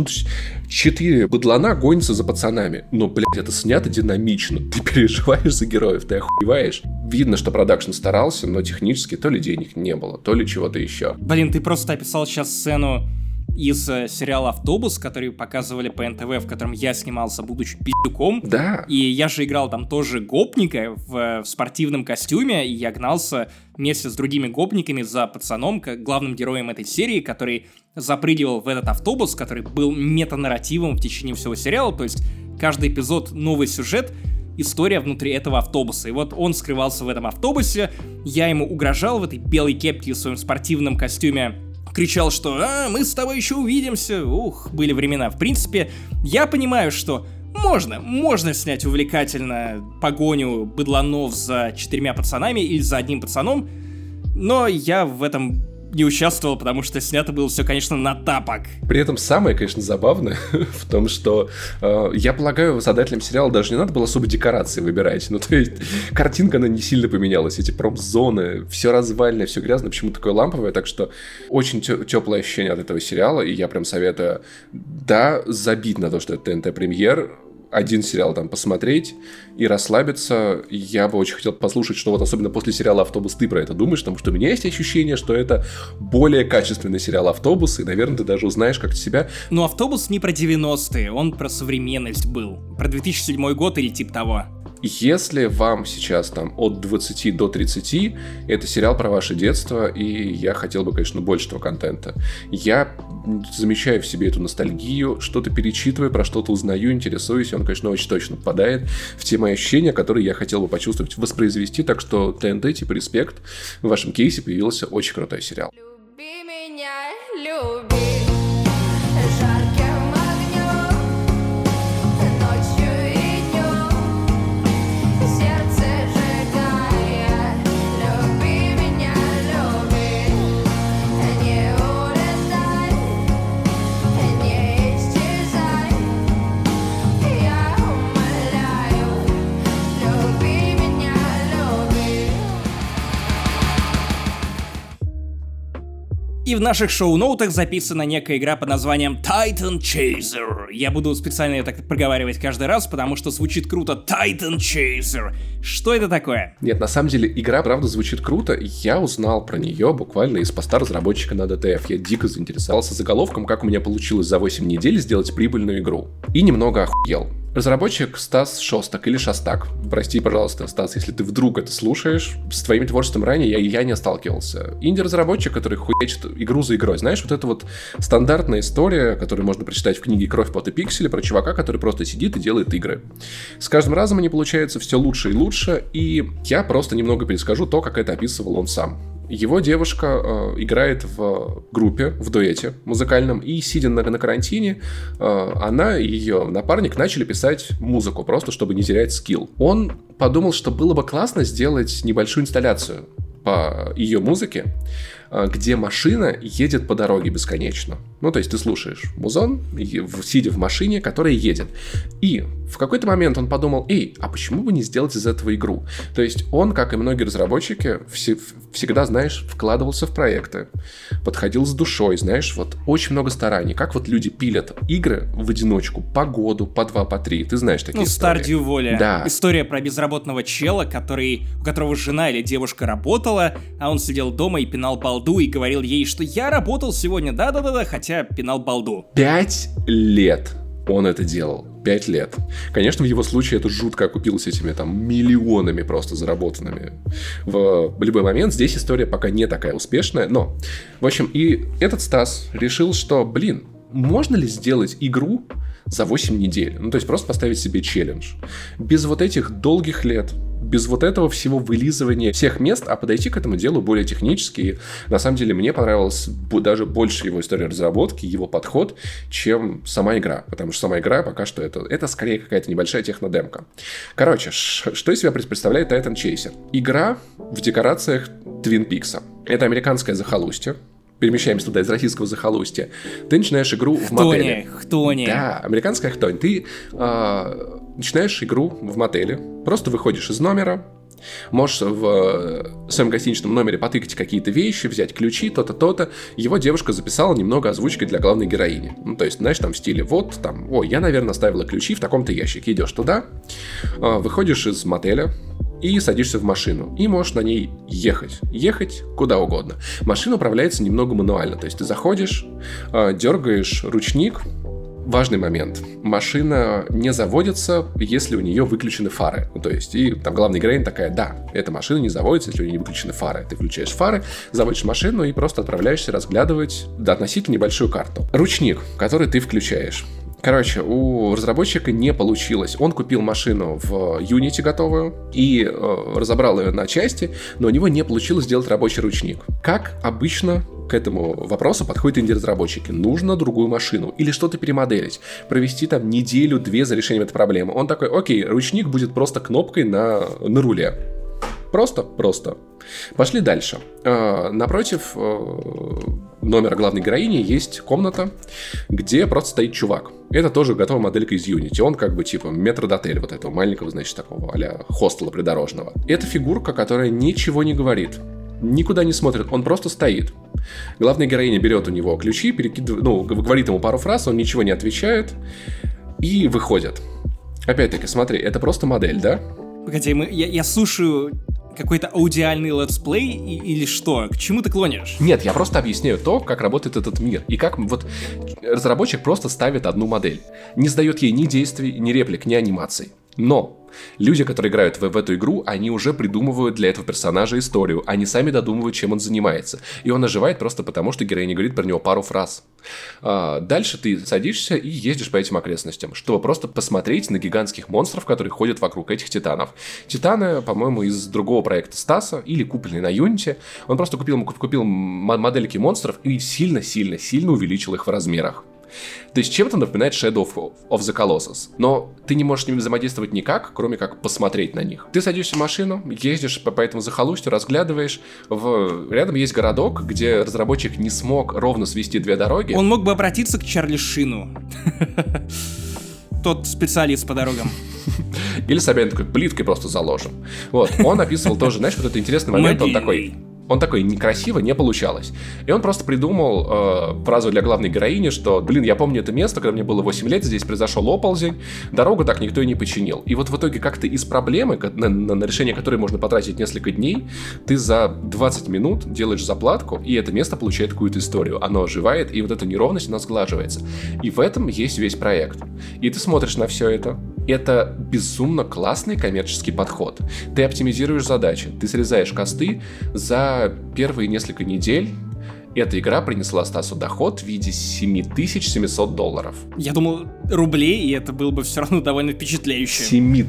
4 быдлана гонятся за пацанами. Но, блядь, это снято динамично. Ты переживаешь за героев, ты охуеваешь. Видно, что продакшн старался, но технически то ли денег не было, то ли чего-то еще. Блин, ты просто описал сейчас сцену из сериала «Автобус», который показывали по НТВ, в котором я снимался, будучи пиздюком. Да. И я же играл там тоже гопника в спортивном костюме, и я гнался вместе с другими гопниками за пацаном, главным героем этой серии, который запрыгивал в этот автобус, который был метанарративом в течение всего сериала, то есть каждый эпизод новый сюжет, история внутри этого автобуса. И вот он скрывался в этом автобусе, я ему угрожал в этой белой кепке и в своем спортивном костюме кричал, что мы с тобой еще увидимся. Ух, были времена. В принципе, я понимаю, что можно снять увлекательно погоню быдланов за 4 пацанами или за одним пацаном, но я в этом не участвовал, потому что снято было все, конечно, на тапок. При этом самое, конечно, забавное в том, что я полагаю, создателям сериала даже не надо было особо декорации выбирать. Ну, то есть, картинка, она не сильно поменялась. Эти промзоны, все развальное, все грязное, почему такое ламповое. Так что очень теплое ощущение от этого сериала, и я прям советую, забить на то, что это ТНТ-премьер, один сериал там посмотреть и расслабиться. Я бы очень хотел послушать, что вот особенно после сериала «Автобус» ты про это думаешь, потому что у меня есть ощущение, что это более качественный сериал «Автобус», и, наверное, ты даже узнаешь как-то себя. Но «Автобус» не про 90-е, он про современность был, про 2007 год или типа того. Если вам сейчас там от 20 до 30, это сериал про ваше детство, и я хотел бы, конечно, больше этого контента. Я замечаю в себе эту ностальгию, что-то перечитываю, про что-то узнаю, интересуюсь, и он, конечно, очень точно попадает в те мои ощущения, которые я хотел бы почувствовать, воспроизвести, так что ТНТ, типа, респект, в вашем кейсе появился очень крутой сериал. Люби меня, люби. Жарким огнем, ночью и днем, сердце сжигая. Люби меня, люби. Не улетай, не исчезай. Я умоляю, люби меня, люби. И в наших шоу-ноутах записана некая игра под названием Titan Chaser. Я буду специально ее так проговаривать каждый раз, потому что звучит круто. Titan Chaser. Что это такое? Нет, на самом деле игра, правда, звучит круто. Я узнал про нее буквально из поста разработчика на DTF. Я дико заинтересовался заголовком, как у меня получилось за 8 недель сделать прибыльную игру. И немного охуел. Разработчик Стас Шостак или Шостак. Прости, пожалуйста, Стас, если ты вдруг это слушаешь. С твоим творчеством ранее я не сталкивался. Инди-разработчик, который хуячит игру за игрой. Знаешь, вот это вот стандартная история, которую можно прочитать в книге «Кровь, пот и пиксели», про чувака, который просто сидит и делает игры. С каждым разом они получаются все лучше и лучше, и я просто немного перескажу то, как это описывал он сам. Его девушка играет в группе, в дуэте музыкальном, и, сидя на карантине, она и ее напарник начали писать музыку, просто чтобы не терять скилл. Он подумал, что было бы классно сделать небольшую инсталляцию по ее музыке, где машина едет по дороге бесконечно. Ну, то есть ты слушаешь музон, сидя в машине, которая едет. И в какой-то момент он подумал, а почему бы не сделать из этого игру? То есть он, как и многие разработчики, всегда, знаешь, вкладывался в проекты, подходил с душой, знаешь, вот очень много стараний. Как вот люди пилят игры в одиночку по году, по 2, по 3. Ты знаешь такие истории. Stardew Valley. Да. История про безработного чела, у которого жена или девушка работала, а он сидел дома и пинал балду и говорил ей, что я работал сегодня, да-да-да, хотя пинал балду. 5 лет он это делал. 5 лет. Конечно, в его случае это жутко окупилось этими там миллионами просто заработанными в любой момент. Здесь история пока не такая успешная, но... В общем, и этот Стас решил, что, можно ли сделать игру за 8 недель? Ну, то есть просто поставить себе челлендж. Без вот этих долгих лет, без вот этого всего вылизывания всех мест, а подойти к этому делу более технически. И, на самом деле, мне понравилась даже больше его история разработки, его подход, чем сама игра. Потому что сама игра пока что это скорее какая-то небольшая технодемка. Короче, что из себя представляет Titan Chaser? Игра в декорациях Твин Пикса. Это американское захолустье. Перемещаемся туда из российского захолустья. Ты начинаешь игру в мотеле. Хтони. Да, американская хтонь. Ты начинаешь игру в мотеле. Просто выходишь из номера. Можешь в своем гостиничном номере потыкать какие-то вещи, взять ключи, то-то, то-то. Его девушка записала немного озвучки для главной героини. Ну, то есть, знаешь, там в стиле, я, наверное, оставила ключи в таком-то ящике. Идешь туда, выходишь из мотеля и садишься в машину. И можешь на ней ехать. Ехать куда угодно. Машина управляется немного мануально. То есть ты заходишь, дергаешь ручник. Важный момент. Машина не заводится, если у нее выключены фары. Ну, то есть, и там главная героиня такая, эта машина не заводится, если у нее не выключены фары. Ты включаешь фары, заводишь машину и просто отправляешься разглядывать относительно небольшую карту. Ручник, который ты включаешь. Короче, у разработчика не получилось. Он купил машину в Unity готовую и разобрал ее на части, но у него не получилось сделать рабочий ручник. Как обычно к этому вопросу подходят инди-разработчики. Нужно другую машину или что-то перемоделить. Провести там неделю-две за решением этой проблемы. Он такой, окей, ручник будет просто кнопкой на руле. Просто. Пошли дальше. Напротив номера главной героини есть комната, где просто стоит чувак. Это тоже готовая моделька из Unity. Он как бы типа метрдотель вот этого маленького, значит, такого а-ля хостела придорожного. Это фигурка, которая ничего не говорит. Никуда не смотрит, он просто стоит. Главная героиня берет у него ключи, говорит ему пару фраз, он ничего не отвечает и выходит. Опять-таки, смотри, это просто модель, да? Погоди, я слушаю какой-то аудиальный летсплей или что? К чему ты клонишь? Нет, я просто объясняю то, как работает этот мир. И как вот разработчик просто ставит одну модель. Не сдает ей ни действий, ни реплик, ни анимаций. Но люди, которые играют в эту игру, они уже придумывают для этого персонажа историю. Они сами додумывают, чем он занимается. И он оживает просто потому, что героиня говорит про него пару фраз. Дальше ты садишься и ездишь по этим окрестностям, чтобы просто посмотреть на гигантских монстров, которые ходят вокруг этих титанов. Титаны, по-моему, из другого проекта Стаса или купленные на Unity. Он просто купил модельки монстров и сильно увеличил их в размерах. То есть чем-то напоминает Shadow of the Colossus. Но ты не можешь с ними взаимодействовать никак, кроме как посмотреть на них. Ты садишься в машину, ездишь по этому захолустью, разглядываешь. Рядом есть городок, где разработчик не смог ровно свести две дороги. Он мог бы обратиться к Чарли Шину. Тот специалист по дорогам. Или Собянин такой, плиткой просто заложим. Вот, он описывал тоже, знаешь, вот этот интересный момент, он такой, некрасиво, не получалось. И он просто придумал фразу для главной героини, что, я помню это место, когда мне было 8 лет, здесь произошел оползень, дорогу так никто и не починил. И вот в итоге как-то из проблемы, на решение которой можно потратить несколько дней, ты за 20 минут делаешь заплатку, и это место получает какую-то историю. Оно оживает, и вот эта неровность, она сглаживается. И в этом есть весь проект. И ты смотришь на все это. Это безумно классный коммерческий подход. Ты оптимизируешь задачи, ты срезаешь косты. За первые несколько недель эта игра принесла Стасу доход в виде $7700. Я думал, рублей, и это было бы все равно довольно впечатляюще.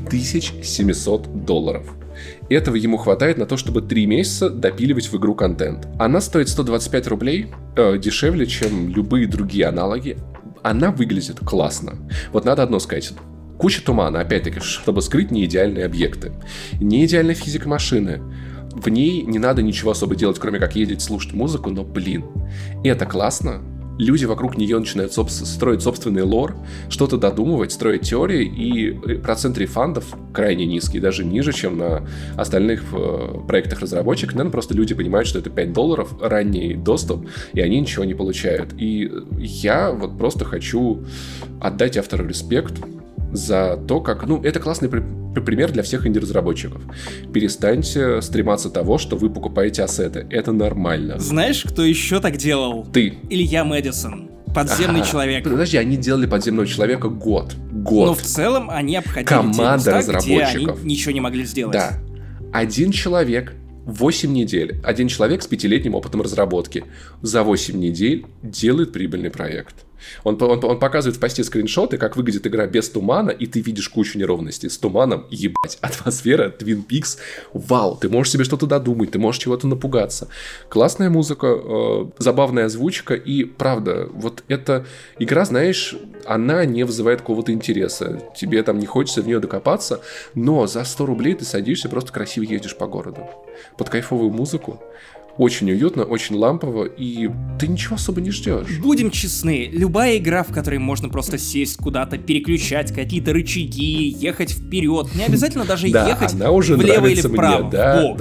$7700. Этого ему хватает на то, чтобы 3 месяца допиливать в игру контент. Она стоит 125 рублей, дешевле, чем любые другие аналоги. Она выглядит классно. Вот надо одно сказать. Куча тумана, опять-таки, чтобы скрыть неидеальные объекты. Неидеальная физика машины. В ней не надо ничего особо делать, кроме как ездить, слушать музыку, но, это классно. Люди вокруг нее начинают строить собственный лор, что-то додумывать, строить теории, и процент рефандов крайне низкий, даже ниже, чем на остальных проектах разработчиков. Наверное, просто люди понимают, что это $5, ранний доступ, и они ничего не получают. И я вот просто хочу отдать автору респект за то, как... это классный пример для всех инди-разработчиков. Перестаньте стрематься того, что вы покупаете ассеты. Это нормально. Знаешь, кто еще так делал? Ты. Илья Мэдисон. Подземный человек. Подожди, они делали подземного человека год. Но в целом они обходили команда разработчиков, где они ничего не могли сделать. Да. Один человек 8 недель. Один человек с 5-летним опытом разработки за 8 недель делает прибыльный проект. Он показывает в посте скриншоты, как выглядит игра без тумана, и ты видишь кучу неровностей. С туманом, ебать, атмосфера, Twin Peaks, вау, ты можешь себе что-то додумать, ты можешь чего-то напугаться. Классная музыка, забавная озвучка, и правда, вот эта игра, знаешь, она не вызывает какого-то интереса. Тебе там не хочется в нее докопаться, но за 100 рублей ты садишься, просто красиво ездишь по городу. Под кайфовую музыку. Очень уютно, очень лампово, и ты ничего особо не ждешь. Будем честны, любая игра, в которой можно просто сесть куда-то, переключать какие-то рычаги, ехать вперед, не обязательно даже ехать влево или вправо.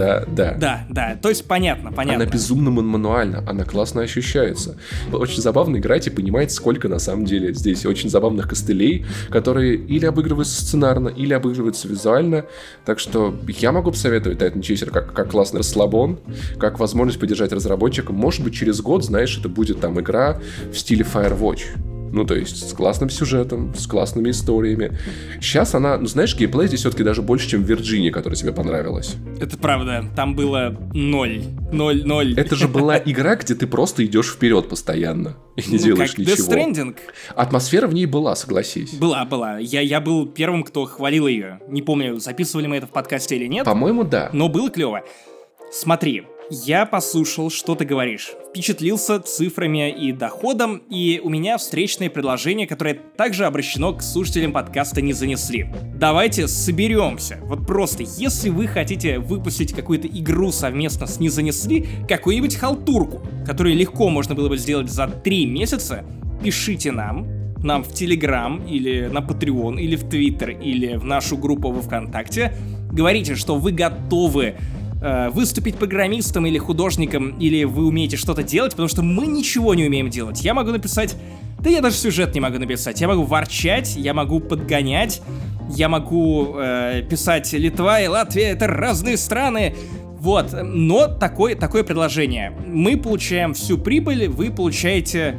Да, то есть понятно. Она безумно мануальна, она классно ощущается. Очень забавно играть и понимать, сколько на самом деле здесь очень забавных костылей, которые или обыгрываются сценарно, или обыгрываются визуально. Так что я могу посоветовать Titan Chaser как классный расслабон, как возможность поддержать разработчика. Может быть, через год, знаешь, это будет там игра в стиле Firewatch. То есть с классным сюжетом, с классными историями. Сейчас она, знаешь, геймплей здесь все-таки даже больше, чем в Virginia, которая тебе понравилась. Это правда, там было 0. Это же была игра, где ты просто идешь вперед постоянно и не делаешь как ничего. Death Stranding. Атмосфера в ней была, согласись. Была. Я был первым, кто хвалил ее. Не помню, записывали мы это в подкасте или нет. По-моему, да. Но было клево. Смотри, Я послушал, что ты говоришь, впечатлился цифрами и доходом, и у меня встречное предложение, которое также обращено к слушателям подкаста «Не занесли». Давайте соберемся. Вот просто, если вы хотите выпустить какую-то игру совместно с «Не занесли», какую-нибудь халтурку, которую легко можно было бы сделать за 3 месяца, пишите нам в Telegram, или на Patreon, или в Twitter, или в нашу группу во ВКонтакте. Говорите, что вы готовы выступить программистом или художником, или вы умеете что-то делать, потому что мы ничего не умеем делать. Я могу написать... Да я даже сюжет не могу написать. Я могу ворчать, я могу подгонять, я могу писать «Литва и Латвия — это разные страны». Вот, но такое предложение. Мы получаем всю прибыль, вы получаете...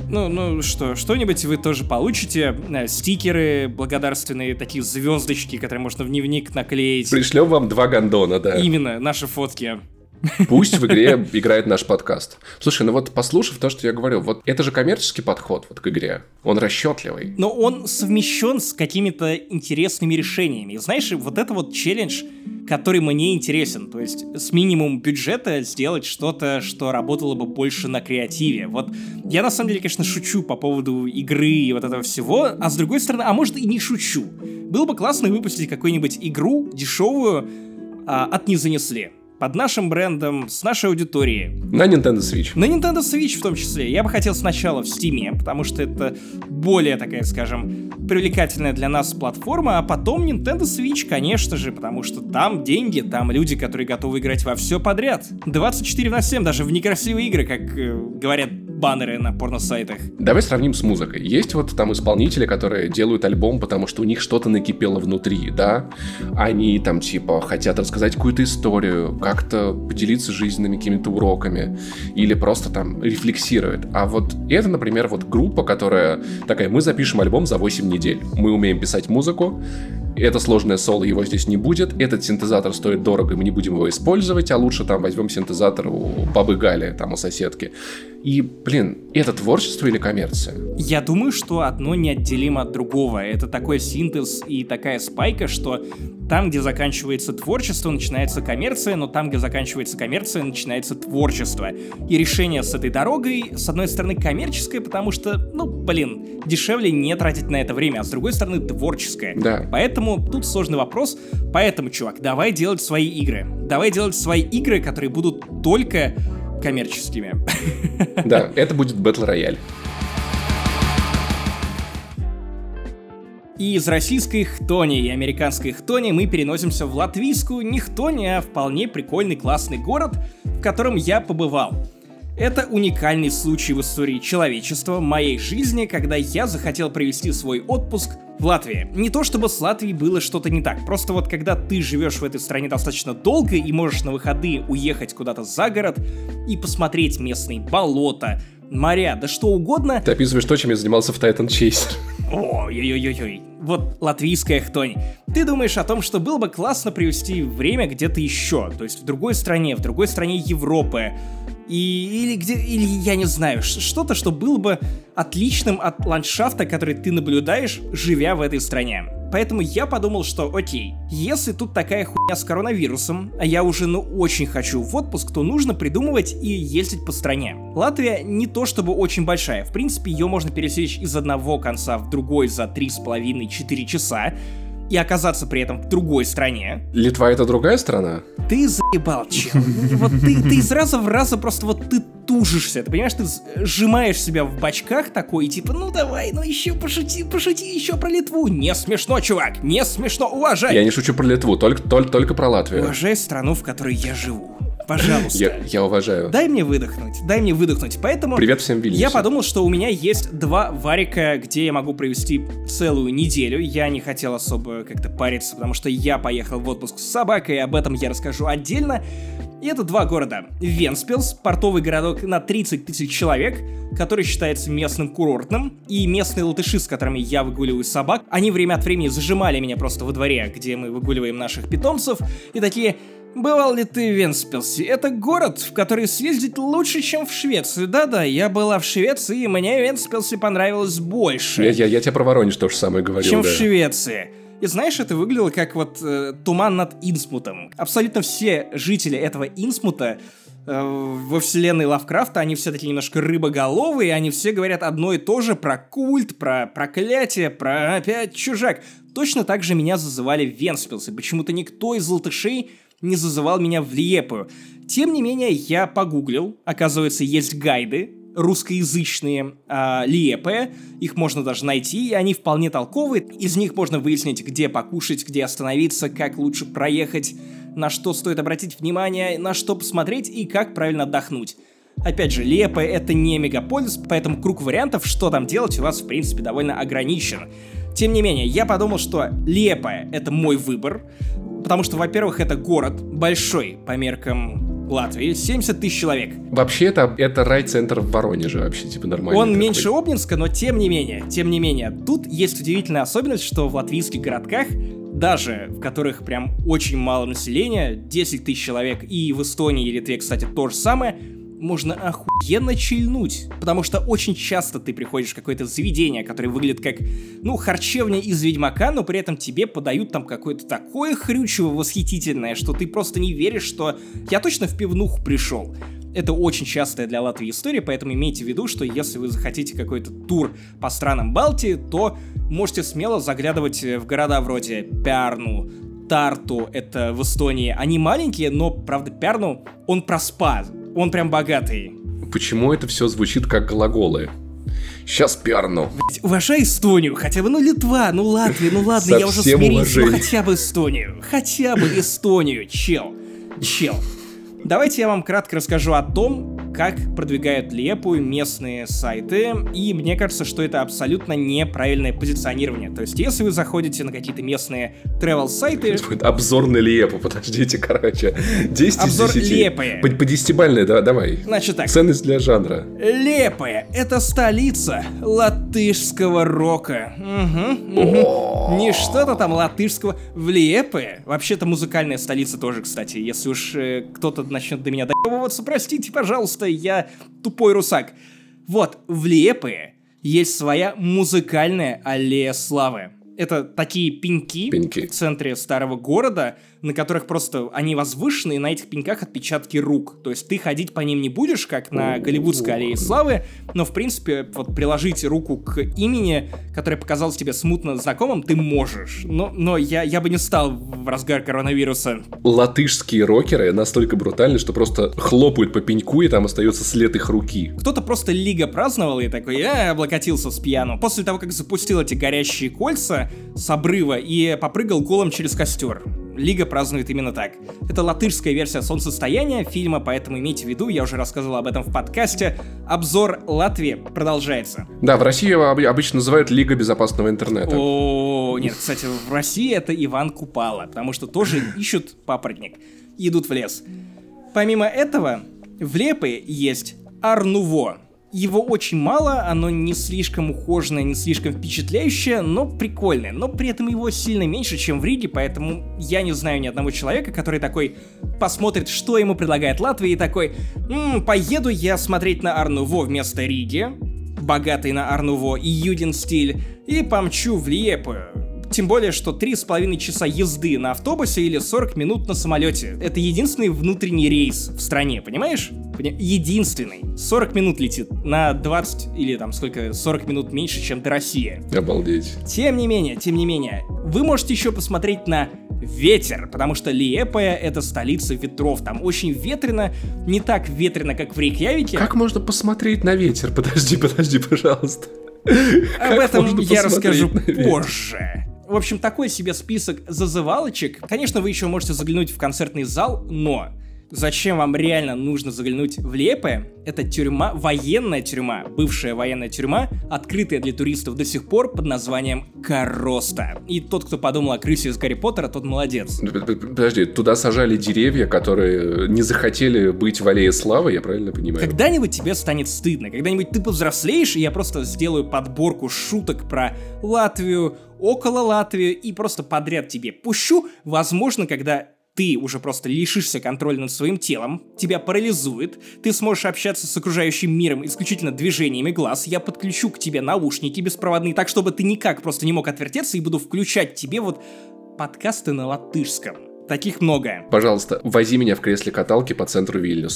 что-нибудь вы тоже получите. Стикеры благодарственные, такие звездочки, которые можно в дневник наклеить. Пришлем вам 2 гондона, да. Именно, наши фотки. Пусть в игре играет наш подкаст. Слушай, ну вот послушав то, что я говорю, вот это же коммерческий подход вот к игре. Он расчетливый. Но он совмещен с какими-то интересными решениями. И знаешь, вот это вот челлендж, который мне интересен. То есть с минимум бюджета сделать что-то, что работало бы больше на креативе. Вот я на самом деле, конечно, шучу по поводу игры и вот этого всего, а с другой стороны, а может и не шучу. Было бы классно выпустить какую-нибудь игру дешевую от «Не занесли». Под нашим брендом, с нашей аудиторией. На Nintendo Switch. На Nintendo Switch в том числе. Я бы хотел сначала в Steam, потому что это более такая, скажем, привлекательная для нас платформа, а потом Nintendo Switch, конечно же, потому что там деньги, там люди, которые готовы играть во все подряд. 24/7, даже в некрасивые игры, как говорят баннеры на порносайтах. Давай сравним с музыкой. Есть вот там исполнители, которые делают альбом, потому что у них что-то накипело внутри, да? Они там типа хотят рассказать какую-то историю, как-то поделиться жизненными какими-то уроками или просто там рефлексирует. А вот это, например, вот группа, которая такая: мы запишем альбом за 8 недель. Мы умеем писать музыку, это сложное соло, его здесь не будет, этот синтезатор стоит дорого, и мы не будем его использовать, а лучше там возьмем синтезатор у бабы Гали, там у соседки. И, блин, это творчество или коммерция? Я думаю, что одно неотделимо от другого. Это такой синтез и такая спайка, что там, где заканчивается творчество, начинается коммерция, но там, где заканчивается коммерция, начинается творчество. И решение с этой дорогой, с одной стороны, коммерческое, потому что, дешевле не тратить на это время, а с другой стороны, творческое. Да. Поэтому тут сложный вопрос. Поэтому, чувак, давай делать свои игры. Давай делать свои игры, которые будут только коммерческими. Да, это будет Battle Royale. И из российской хтони и американской хтони мы переносимся в латвийскую не хтони, а вполне прикольный классный город, в котором я побывал. Это уникальный случай в истории человечества, моей жизни, когда я захотел провести свой отпуск в Латвии. Не то чтобы с Латвией было что-то не так, просто вот когда ты живешь в этой стране достаточно долго и можешь на выходные уехать куда-то за город и посмотреть местные болота, моря, да что угодно. Ты описываешь то, чем я занимался в Titan Chaser. Ой-ой-ой-ой. Вот латвийская хтонь. Ты думаешь о том, что было бы классно провести время где-то еще, то есть в другой стране Европы, или я не знаю, что-то, что было бы отличным от ландшафта, который ты наблюдаешь, живя в этой стране. Поэтому я подумал, что окей, если тут такая хуйня с коронавирусом, а я уже очень хочу в отпуск, то нужно придумывать и ездить по стране. Латвия не то чтобы очень большая, в принципе ее можно пересечь из одного конца в другой за 3,5-4 часа, и оказаться при этом в другой стране. Литва — это другая страна? Ты заебал, чел. Вот ты из раза в раз просто вот ты тужишься. Ты понимаешь, ты сжимаешь себя в бочках такой, и типа, давай, еще пошути еще про Литву. Не смешно, чувак, не смешно, уважай. Я не шучу про Литву, только про Латвию. Уважай страну, в которой я живу. Пожалуйста. Я уважаю. Дай мне выдохнуть. Поэтому привет всем в Вильнюсе. Я подумал, что у меня есть 2 варика, где я могу провести целую неделю. Я не хотел особо как-то париться, потому что я поехал в отпуск с собакой, и об этом я расскажу отдельно. И это 2 города. Вентспилс, портовый городок на 30 тысяч человек, который считается местным курортным, и местные латыши, с которыми я выгуливаю собак, они время от времени зажимали меня просто во дворе, где мы выгуливаем наших питомцев, и такие: бывал ли ты в Вентспилсе? Это город, в который съездить лучше, чем в Швецию. Да-да, я была в Швеции, и мне в Вентспилсе понравилось больше. Я тебе про Воронеж то же самое говорил, чем в Швеции. И знаешь, это выглядело как туман над Инсмутом. Абсолютно все жители этого Инсмута во вселенной Лавкрафта, они все такие немножко рыбоголовые, они все говорят одно и то же про культ, про проклятие, про опять чужак. Точно так же меня зазывали в Вентспилс, и почему-то никто из латышей не зазывал меня в Лиепую. Тем не менее, я погуглил, оказывается, есть гайды русскоязычные Лиепая, их можно даже найти, и они вполне толковые, из них можно выяснить, где покушать, где остановиться, как лучше проехать, на что стоит обратить внимание, на что посмотреть и как правильно отдохнуть. Опять же, Лиепая — это не мегаполис, поэтому круг вариантов, что там делать, у вас, в принципе, довольно ограничен. Тем не менее, я подумал, что Лиепая — это мой выбор, потому что, во-первых, это город большой по меркам Латвии, 70 тысяч человек. Вообще, это райцентр в Воронеже вообще, типа нормально. Он меньше Обнинска, но тем не менее, тут есть удивительная особенность, что в латвийских городках, даже в которых прям очень мало населения, 10 тысяч человек, и в Эстонии и Литве, кстати, то же самое, можно охуенно чильнуть, потому что очень часто ты приходишь в какое-то заведение, которое выглядит как, харчевня из Ведьмака, но при этом тебе подают там какое-то такое хрючево восхитительное, что ты просто не веришь, что я точно в пивнуху пришел. Это очень частая для Латвии история, поэтому имейте в виду, что если вы захотите какой-то тур по странам Балтии, то можете смело заглядывать в города вроде Пярну, Тарту, это в Эстонии. Они маленькие, но, правда, Пярну, он про спа, он прям богатый. Почему это все звучит как глаголы? Сейчас Пярну. Уважай Эстонию, хотя бы, Литва, Латвия, ладно, Со я уже всем смирился, но уважением. хотя бы Эстонию, чел. Давайте я вам кратко расскажу о том, как продвигают Лиепую местные сайты, и мне кажется, что это абсолютно неправильное позиционирование. То есть, если вы заходите на какие-то местные travel-сайты... Обзор на Лиепу, подождите, 10 из 10. Обзор Лиепая. По 10-бальной, давай. Значит так. Ценность для жанра. Лиепая — это столица латышского рока. Не что-то там латышского. В Лиепае, вообще-то музыкальная столица тоже, кстати. Если уж кто-то начнет до меня доебываться, простите, пожалуйста, я тупой русак. Вот, в Лиепае есть своя музыкальная аллея славы. Это такие пеньки в центре старого города, на которых просто они возвышены, и на этих пеньках отпечатки рук. То есть ты ходить по ним не будешь, как на Голливудской аллее славы, но, в принципе, вот приложить руку к имени, которое показалось тебе смутно знакомым, ты можешь. Но я бы не стал в разгар коронавируса. Латышские рокеры настолько брутальны, что просто хлопают по пеньку, и там остается след их руки. Кто-то просто лига праздновал и такой, облокотился с пьяну. После того, как запустил эти горящие кольца с обрыва и попрыгал голым через костер. Лига празднует именно так. Это латышская версия «Солнцестояния» фильма, поэтому имейте в виду, я уже рассказывал об этом в подкасте. Обзор Латвии продолжается. Да, в России его обычно называют Лига безопасного интернета. Нет, кстати, в России это Иван Купала, потому что тоже ищут папоротник и идут в лес. Помимо этого, в Лиепае есть Ар-Нуво. Его очень мало, оно не слишком ухоженное, не слишком впечатляющее, но прикольное. Но при этом его сильно меньше, чем в Риге, поэтому я не знаю ни одного человека, который такой посмотрит, что ему предлагает Латвия, и такой, поеду я смотреть на Ар-Нуво вместо Риги, богатый на Ар-Нуво и Юден-стиль, и помчу в Лиепаю. Тем более, что 3,5 часа езды на автобусе или 40 минут на самолете. Это единственный внутренний рейс в стране, понимаешь? Единственный. 40 минут летит на 20 или там сколько, 40 минут меньше, чем до России. Обалдеть. Тем не менее, вы можете еще посмотреть на ветер, потому что Лиепая — это столица ветров. Там очень ветрено, не так ветрено, как в Рейкьявике. Как можно посмотреть на ветер? Подожди, пожалуйста. Об этом я расскажу позже. В общем, такой себе список зазывалочек. Конечно, вы еще можете заглянуть в концертный зал, но зачем вам реально нужно заглянуть в Лиепае? Это тюрьма, военная тюрьма, бывшая военная тюрьма, открытая для туристов до сих пор под названием Короста. И тот, кто подумал о крысе из Гарри Поттера, тот молодец. Подожди, туда сажали деревья, которые не захотели быть в аллее славы, я правильно понимаю? Когда-нибудь тебе станет стыдно, когда-нибудь ты повзрослеешь, и я просто сделаю подборку шуток про Латвию, около Латвии, и просто подряд тебе пущу. Возможно, когда ты уже просто лишишься контроля над своим телом, тебя парализует, ты сможешь общаться с окружающим миром исключительно движениями глаз, я подключу к тебе наушники беспроводные, так чтобы ты никак просто не мог отвертеться, и буду включать тебе вот подкасты на латышском. Таких много. Пожалуйста, вози меня в кресле каталки по центру Вильнюса.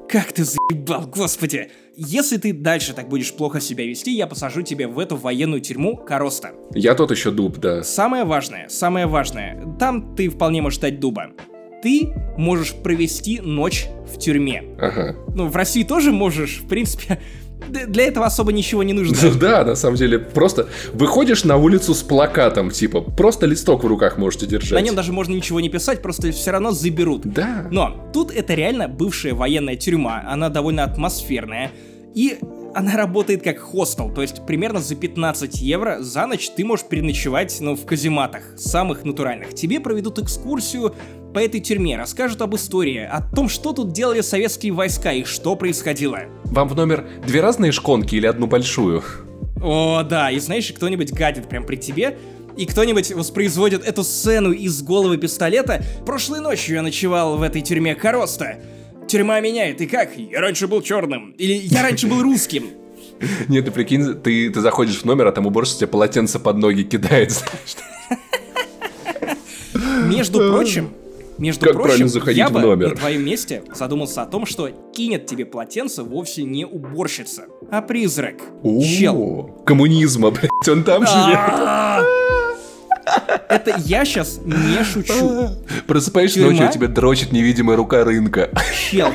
Как ты заебал, господи! Если ты дальше так будешь плохо себя вести, я посажу тебя в эту военную тюрьму Короста. Я тот еще дуб, да. Самое важное, там ты вполне можешь стать дуба. Ты можешь провести ночь в тюрьме. Ага. Ну, в России тоже можешь, в принципе... Для этого особо ничего не нужно. Да, на самом деле, просто выходишь на улицу с плакатом, типа, просто листок в руках можете держать. На нем даже можно ничего не писать, просто все равно заберут. Да. Но тут это реально бывшая военная тюрьма, она довольно атмосферная, и она работает как хостел, то есть примерно за 15 евро за ночь ты можешь переночевать, в казематах, самых натуральных. Тебе проведут экскурсию по этой тюрьме, расскажут об истории, о том, что тут делали советские войска и что происходило. Вам в номер 2 разные шконки или одну большую? О, да, и знаешь, кто-нибудь гадит прям при тебе, и кто-нибудь воспроизводит эту сцену из головы пистолета. Прошлой ночью я ночевал в этой тюрьме Короста. Тюрьма меняет, и как? Я раньше был черным. Или я раньше был русским. Нет, ты прикинь, ты заходишь в номер, а там уборщица тебе полотенце под ноги кидает, знаешь. Между прочим, я бы на твоем месте задумался о том, что кинет тебе полотенце вовсе не уборщица, а призрак. Чел. Коммунизма, блядь, он там живет. Это я сейчас не шучу. Просыпаешься ночью, а тебя дрочит невидимая рука рынка. Чел,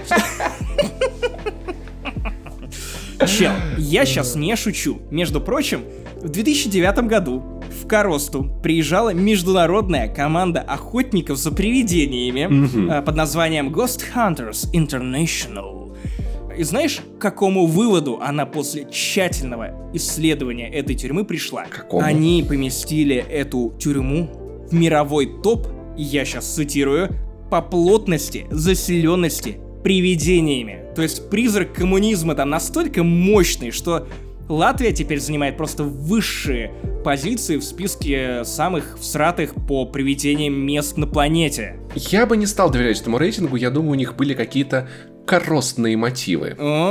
я сейчас не шучу. Между прочим, в 2009 году в Коросту приезжала международная команда охотников за привидениями под названием Ghost Hunters International. И знаешь, к какому выводу она после тщательного исследования этой тюрьмы пришла? Какому? Они поместили эту тюрьму в мировой топ, и я сейчас цитирую, по плотности заселенности привидениями. То есть призрак коммунизма там настолько мощный, что Латвия теперь занимает просто высшие позиции в списке самых всратых по привидениям мест на планете. Я бы не стал доверять этому рейтингу, я думаю, у них были какие-то коростные мотивы.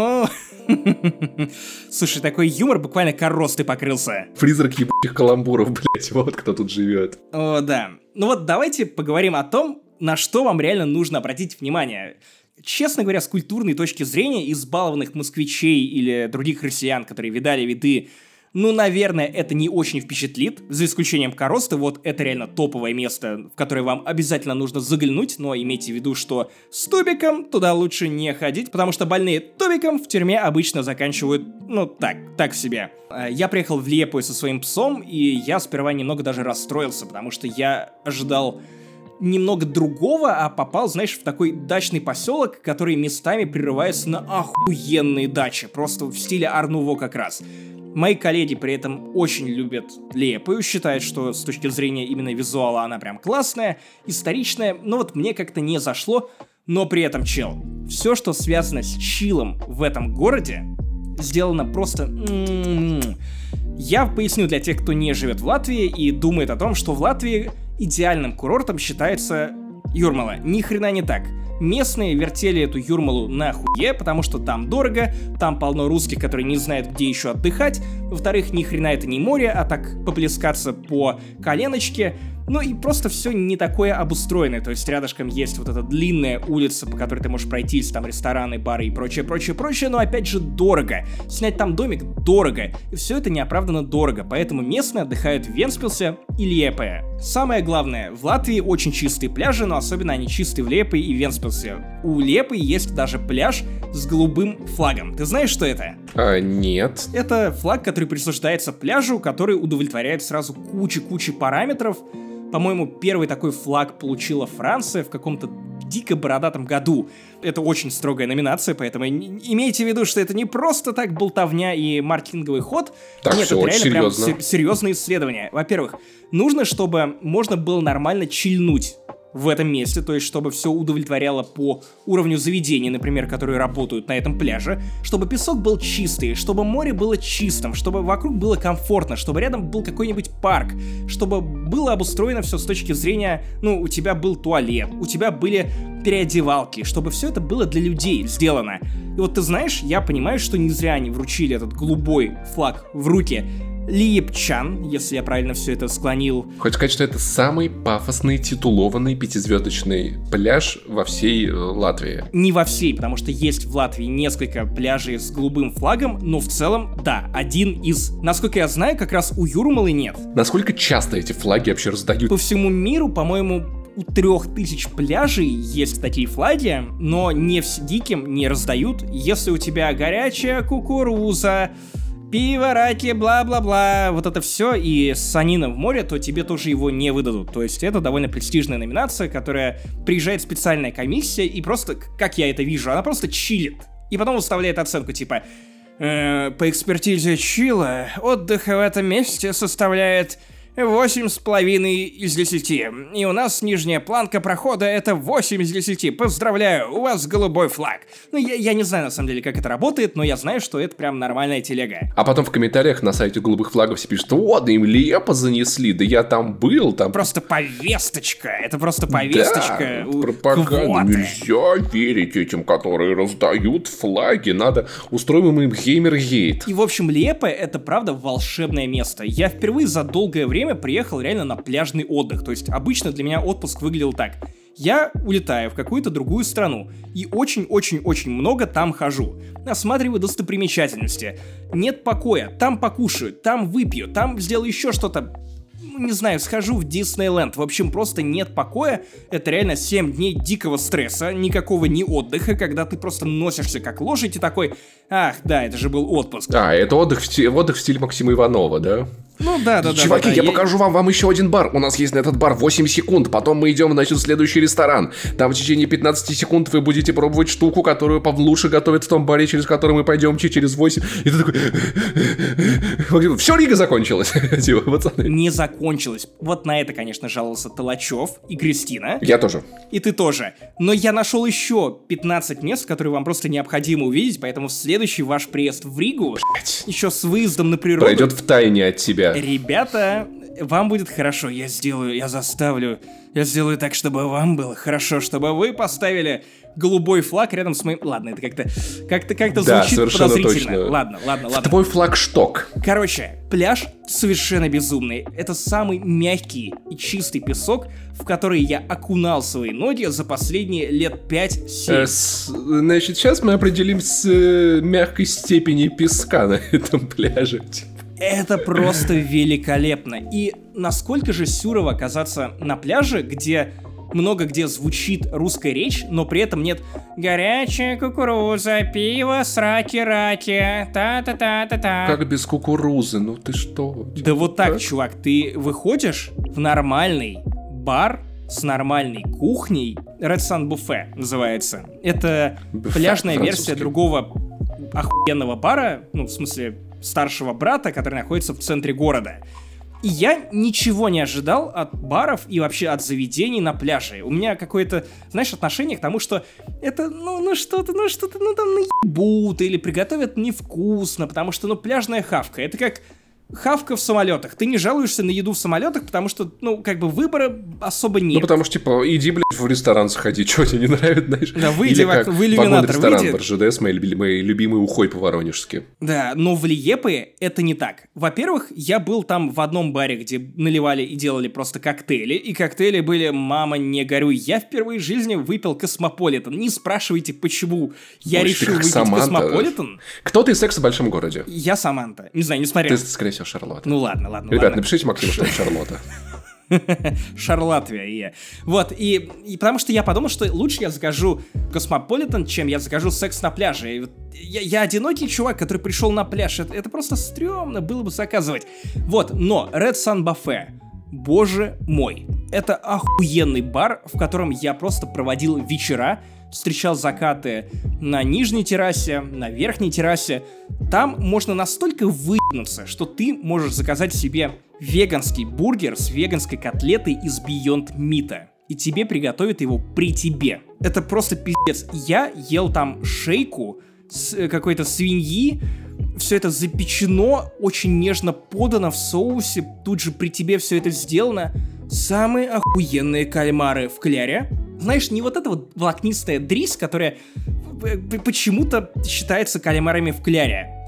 Слушай, такой юмор буквально коростой покрылся. Призрак ебачих каламбуров, блять, вот кто тут живет. О, да. Ну вот давайте поговорим о том, на что вам реально нужно обратить внимание. Честно говоря, с культурной точки зрения, избалованных москвичей или других россиян, которые видали виды, наверное, это не очень впечатлит, за исключением Короста. Вот это реально топовое место, в которое вам обязательно нужно заглянуть, но имейте в виду, что с тубиком туда лучше не ходить, потому что больные тубиком в тюрьме обычно заканчивают, так себе. Я приехал в Лиепую со своим псом, и я сперва немного даже расстроился, потому что я ожидал немного другого, а попал, знаешь, в такой дачный поселок, который местами прерывается на охуенные дачи, просто в стиле Ар-Нуво как раз. Мои коллеги при этом очень любят Лиепую, считают, что с точки зрения именно визуала она прям классная, историчная, но вот мне как-то не зашло, но при этом, чел, все, что связано с чилом в этом городе, сделано просто... Я поясню для тех, кто не живет в Латвии и думает о том, что в Латвии идеальным курортом считается Юрмала. Ни хрена не так. Местные вертели эту Юрмалу на хуе, потому что там дорого, там полно русских, которые не знают, где еще отдыхать. Во-вторых, ни хрена это не море, а так поплескаться по коленочке. И просто все не такое обустроенное. То есть рядышком есть вот эта длинная улица, по которой ты можешь пройтись, там рестораны, бары и прочее, но опять же дорого. Снять там домик дорого. И все это неоправданно дорого, поэтому местные отдыхают в Вентспилсе и Лиепае. Самое главное, в Латвии очень чистые пляжи, но особенно они чистые в Лиепае и Вентспилсе. У Лиепаи есть даже пляж с голубым флагом. Ты знаешь, что это? Нет. Это флаг, который присуждается пляжу, который удовлетворяет сразу кучу параметров. По-моему, первый такой флаг получила Франция в каком-то дико бородатом году. Это очень строгая номинация, поэтому имейте в виду, что это не просто так болтовня и маркетинговый ход. Так, нет, все, это реально серьезно. Прям серьезные исследования. Во-первых, нужно, чтобы можно было нормально чильнуть в этом месте, то есть чтобы все удовлетворяло по уровню заведений, например, которые работают на этом пляже, чтобы песок был чистый, чтобы море было чистым, чтобы вокруг было комфортно, чтобы рядом был какой-нибудь парк, чтобы было обустроено все с точки зрения, у тебя был туалет, у тебя были переодевалки, чтобы все это было для людей сделано. И вот ты знаешь, я понимаю, что не зря они вручили этот голубой флаг в руки Лиепчан, если я правильно все это склонил. Хочешь сказать, что это самый пафосный, титулованный пятизвездочный пляж во всей Латвии? Не во всей, потому что есть в Латвии несколько пляжей с голубым флагом, но в целом, да, один из. Насколько я знаю, как раз у Юрмалы нет. Насколько часто эти флаги вообще раздают? По всему миру, по-моему, у 3000 пляжей есть такие флаги, но не диким не раздают. Если у тебя горячая кукуруза, пиво, раки, бла-бла-бла, вот это все, и санина в море, то тебе тоже его не выдадут. То есть это довольно престижная номинация, которая приезжает специальная комиссия, и просто, как я это вижу, она просто чилит. И потом выставляет оценку, типа, по экспертизе чила, отдых в этом месте составляет 8,5 из 10. И у нас нижняя планка прохода — это 8 из 10. Поздравляю, у вас голубой флаг. Ну, я не знаю, на самом деле, как это работает, но я знаю, что это прям нормальная телега. А потом в комментариях на сайте голубых флагов все пишут: «О, да им Лиепа занесли, да я там был, там...» Просто повесточка, это просто повесточка. Да, пропаганда. Нельзя верить этим, которые раздают флаги, надо устроим им геймер-гейт. И, в общем, Лиепа — это, правда, волшебное место. Я впервые за долгое время приехал реально на пляжный отдых. То есть обычно для меня отпуск выглядел так. Я улетаю в какую-то другую страну и очень-очень-очень много там хожу. Осматриваю достопримечательности. Нет покоя. Там покушаю, там выпью, там сделаю еще что-то. Не знаю, схожу в Диснейленд. В общем, просто нет покоя. Это реально 7 дней дикого стресса. Никакого не отдыха, когда ты просто носишься как лошадь и такой: ах, да, это же был отпуск. А, это отдых в стиле Максима Иванова, да? Ну да. Чуваки, я покажу вам еще один бар. У нас есть на этот бар 8 секунд. Потом мы идем, значит, в следующий ресторан. Там в течение 15 секунд вы будете пробовать штуку, которую лучше готовят в том баре, через который мы пойдем через 8. И ты такой: все, Рига закончилась. Типа, пацаны. Не закончилась. Вот на это, конечно, жаловался Толачев и Кристина. Я тоже. И ты тоже. Но я нашел еще 15 мест, которые вам просто необходимо увидеть, поэтому в следующий ваш приезд в Ригу, еще с выездом на природу, пройдет в тайне от тебя. Ребята, вам будет хорошо, я сделаю так, чтобы вам было хорошо, чтобы вы поставили голубой флаг рядом с моим... Ладно, это как-то да, звучит подозрительно. Точно. Ладно. Твой флагшток. Короче, пляж совершенно безумный. Это самый мягкий и чистый песок, в который я окунал свои ноги за последние лет 5-7. Значит, сейчас мы определим с мягкой степени песка на этом пляже. Это просто великолепно. И насколько же сюрово оказаться на пляже, где много где звучит русская речь, но при этом нет горячая кукуруза, пиво, сраки-раки, та-та-та-та-та. Как без кукурузы, ну ты что? Да вот так, чувак, ты выходишь в нормальный бар с нормальной кухней, Red Sun Buffet называется. Это пляжная версия другого охуенного бара, ну, в смысле, старшего брата, который находится в центре города. И я ничего не ожидал от баров и вообще от заведений на пляже. У меня какое-то, знаешь, отношение к тому, что это, что-то там наебут или приготовят невкусно, потому что, пляжная хавка. Это как хавка в самолетах. Ты не жалуешься на еду в самолетах, потому что, выбора особо нет. Ну, потому что, иди, блядь, в ресторан сходи, что тебе не нравится, знаешь? Да, выйди в иллюминатор, вагон-ресторан выйди. в РЖДС, мои любимые ухой по-воронежски. Да, но в Лиепе это не так. Во-первых, я был там в одном баре, где наливали и делали просто коктейли, и коктейли были, мама, не горюй. Я впервые в жизни выпил Космополитен. Не спрашивайте, почему я решил выпить Космополитен. Кто ты из секса в большом городе? Я Саманта. Не знаю, не смотрел. Ты, скорее всего, Шарлотта. Ну ладно. Ребят, напишите Максиму, что это Шарлотта. Шарлатвия и вот, и потому что я подумал, что лучше я закажу Космополитен, чем я закажу секс на пляже. И я одинокий чувак, который пришел на пляж. Это просто стрёмно было бы заказывать. Вот, но Red Sun Buffet, боже мой, это охуенный бар, в котором я просто проводил вечера, встречал закаты на нижней террасе, на верхней террасе. Там можно настолько выебнуться, что ты можешь заказать себе веганский бургер с веганской котлетой из Beyond Meat. И тебе приготовят его при тебе. Это просто пиздец. Я ел там шейку с какой-то свиньи. Все это запечено, очень нежно подано в соусе. Тут же при тебе все это сделано. Самые охуенные кальмары в кляре. Знаешь, не вот эта вот волокнистая дрись, которая почему-то считается кальмарами в кляре,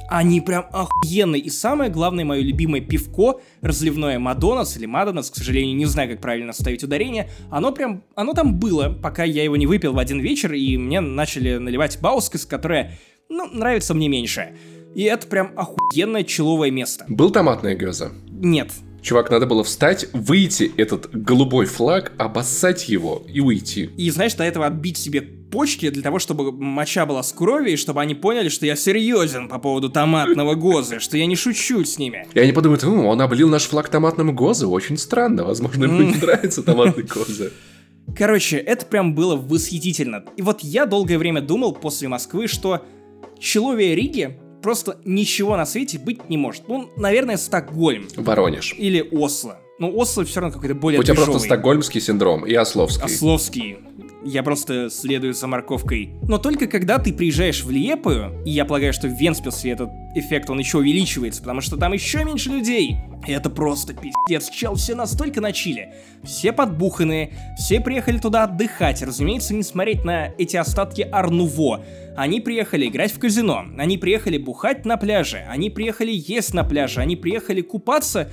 Они прям охуенные. И самое главное, мое любимое пивко, разливное Мадонас или Мадонас, к сожалению, не знаю, как правильно ставить ударение, оно там было, пока я его не выпил в один вечер, и мне начали наливать Баускас, которая, нравится мне меньше. И это прям охуенное человое место. Был томатная гёза? Нет. Чувак, надо было встать, выйти этот голубой флаг, обоссать его и уйти. И, знаешь, до этого отбить себе почки для того, чтобы моча была с кровью, и чтобы они поняли, что я серьезен по поводу томатного гоза, что я не шучу с ними. И они подумают, он облил наш флаг томатным гоза, очень странно, возможно, ему не нравится томатный гоза. Короче, это прям было восхитительно. И вот я долгое время думал после Москвы, что человее Риги просто ничего на свете быть не может. Наверное, Стокгольм. Воронеж. Или Осло. Осло все равно какой-то более У тебя движовый. просто стокгольмский синдром и ословский. Ословский. Я просто следую за морковкой. Но только когда ты приезжаешь в Лиепаю, и я полагаю, что в Вентспилсе этот эффект, он еще увеличивается, потому что там еще меньше людей. И это просто пиздец, чел, все настолько на чиле. Все подбуханные, все приехали туда отдыхать, разумеется, не смотреть на эти остатки Ар-Нуво. Они приехали играть в казино, они приехали бухать на пляже, они приехали есть на пляже, они приехали купаться,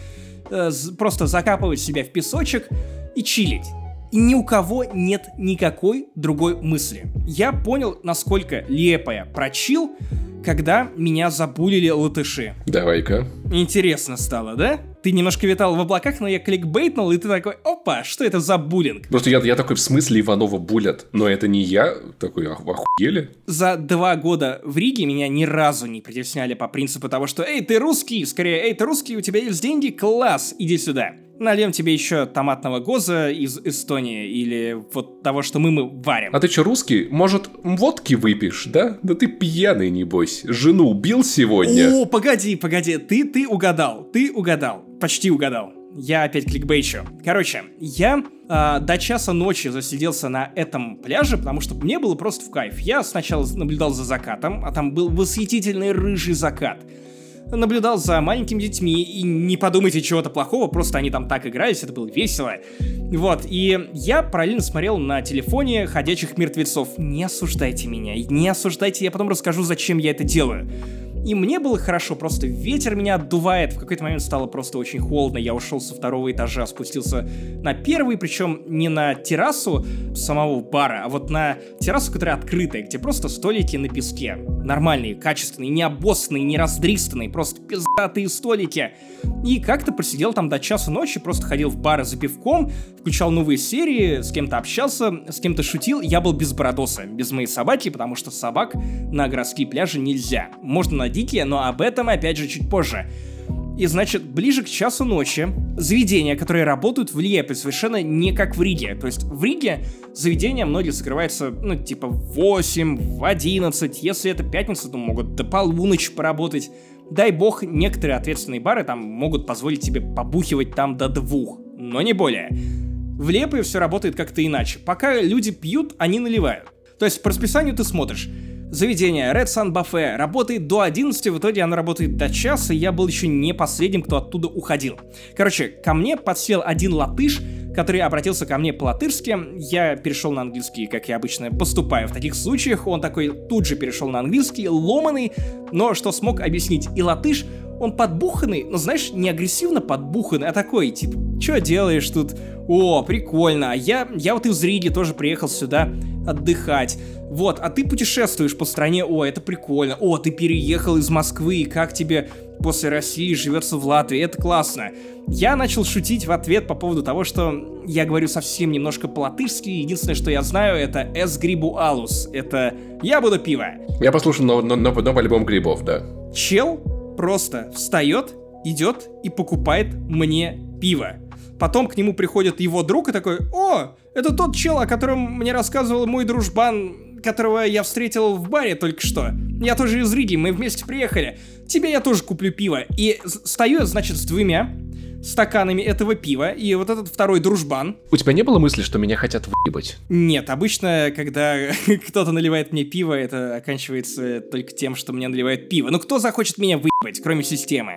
просто закапывать себя в песочек и чилить. И ни у кого нет никакой другой мысли. Я понял, насколько Лиепая прочил, когда меня забулили латыши. Давай-ка. Интересно стало, да? Ты немножко витал в облаках, но я кликбейтнул, и ты такой, опа, что это за буллинг? Просто я такой, в смысле Иванова булят? Но это не я, такой, охуели? За 2 года в Риге меня ни разу не притесняли по принципу того, что «Эй, ты русский!» Скорее «Эй, ты русский, у тебя есть деньги? Класс! Иди сюда!» Нальем тебе еще томатного гоза из Эстонии или вот того, что мы варим. А ты что, русский? Может, водки выпьешь, да? Да ты пьяный, небось. Жену убил сегодня? О, погоди, ты угадал, почти угадал. Я опять кликбейчу. Короче, я до часа ночи засиделся на этом пляже, потому что мне было просто в кайф. Я сначала наблюдал за закатом, а там был восхитительный рыжий закат. Наблюдал за маленькими детьми, и не подумайте чего-то плохого, просто они там так игрались, это было весело. Вот, и я параллельно смотрел на телефоне «Ходячих мертвецов». Не осуждайте меня, не осуждайте, я потом расскажу, зачем я это делаю. И мне было хорошо, просто ветер меня отдувает, в какой-то момент стало просто очень холодно, я ушел со 2-го этажа, спустился на 1-й, причем не на террасу самого бара, а вот на террасу, которая открытая, где просто столики на песке. Нормальные, качественные, не обоссанные, не раздристанные, просто пиздатые столики. И как-то просидел там до часа ночи, просто ходил в бары за пивком, включал новые серии, с кем-то общался, с кем-то шутил. Я был без Бородоса, без моей собаки, потому что собак на городские пляжи нельзя. Можно на дикие, но об этом опять же чуть позже. И значит, ближе к часу ночи заведения, которые работают в Лиепе, совершенно не как в Риге. То есть в Риге заведения многие закрываются, типа в 8, в 11. Если это пятница, то могут до полуночи поработать. Дай бог, некоторые ответственные бары там могут позволить тебе побухивать там до 2, но не более. В Лиепе все работает как-то иначе. Пока люди пьют, они наливают. То есть по расписанию ты смотришь. Заведение Red Sun Buffet работает до 11, в итоге оно работает до часа, и я был еще не последним, кто оттуда уходил. Короче, ко мне подсел один латыш, который обратился ко мне по-латышски. Я перешел на английский, как я обычно поступаю в таких случаях. Он такой тут же перешел на английский, ломаный, но что смог объяснить. И латыш, он подбуханный, но знаешь, не агрессивно подбуханный, а такой, типа, что делаешь тут? О, прикольно. Я вот из Риги тоже приехал сюда отдыхать. Вот, а ты путешествуешь по стране, о, это прикольно. О, ты переехал из Москвы, как тебе после России живется в Латвии, это классно. Я начал шутить в ответ по поводу того, что я говорю совсем немножко по-латышски, единственное, что я знаю, это «es gribu alus», это «я буду пиво». Я послушал новый альбом Грибов, да. Чел просто встает, идет и покупает мне пиво. Потом к нему приходит его друг и такой: «О, это тот чел, о котором мне рассказывал мой дружбан, которого я встретил в баре только что. Я тоже из Риги, мы вместе приехали. Тебе я тоже куплю пиво». И стою я, значит, с 2 стаканами этого пива, и вот этот второй дружбан. У тебя не было мысли, что меня хотят выебать? Нет, обычно, когда кто-то наливает мне пиво, это оканчивается только тем, что мне наливают пиво. Ну кто захочет меня выебать, кроме системы?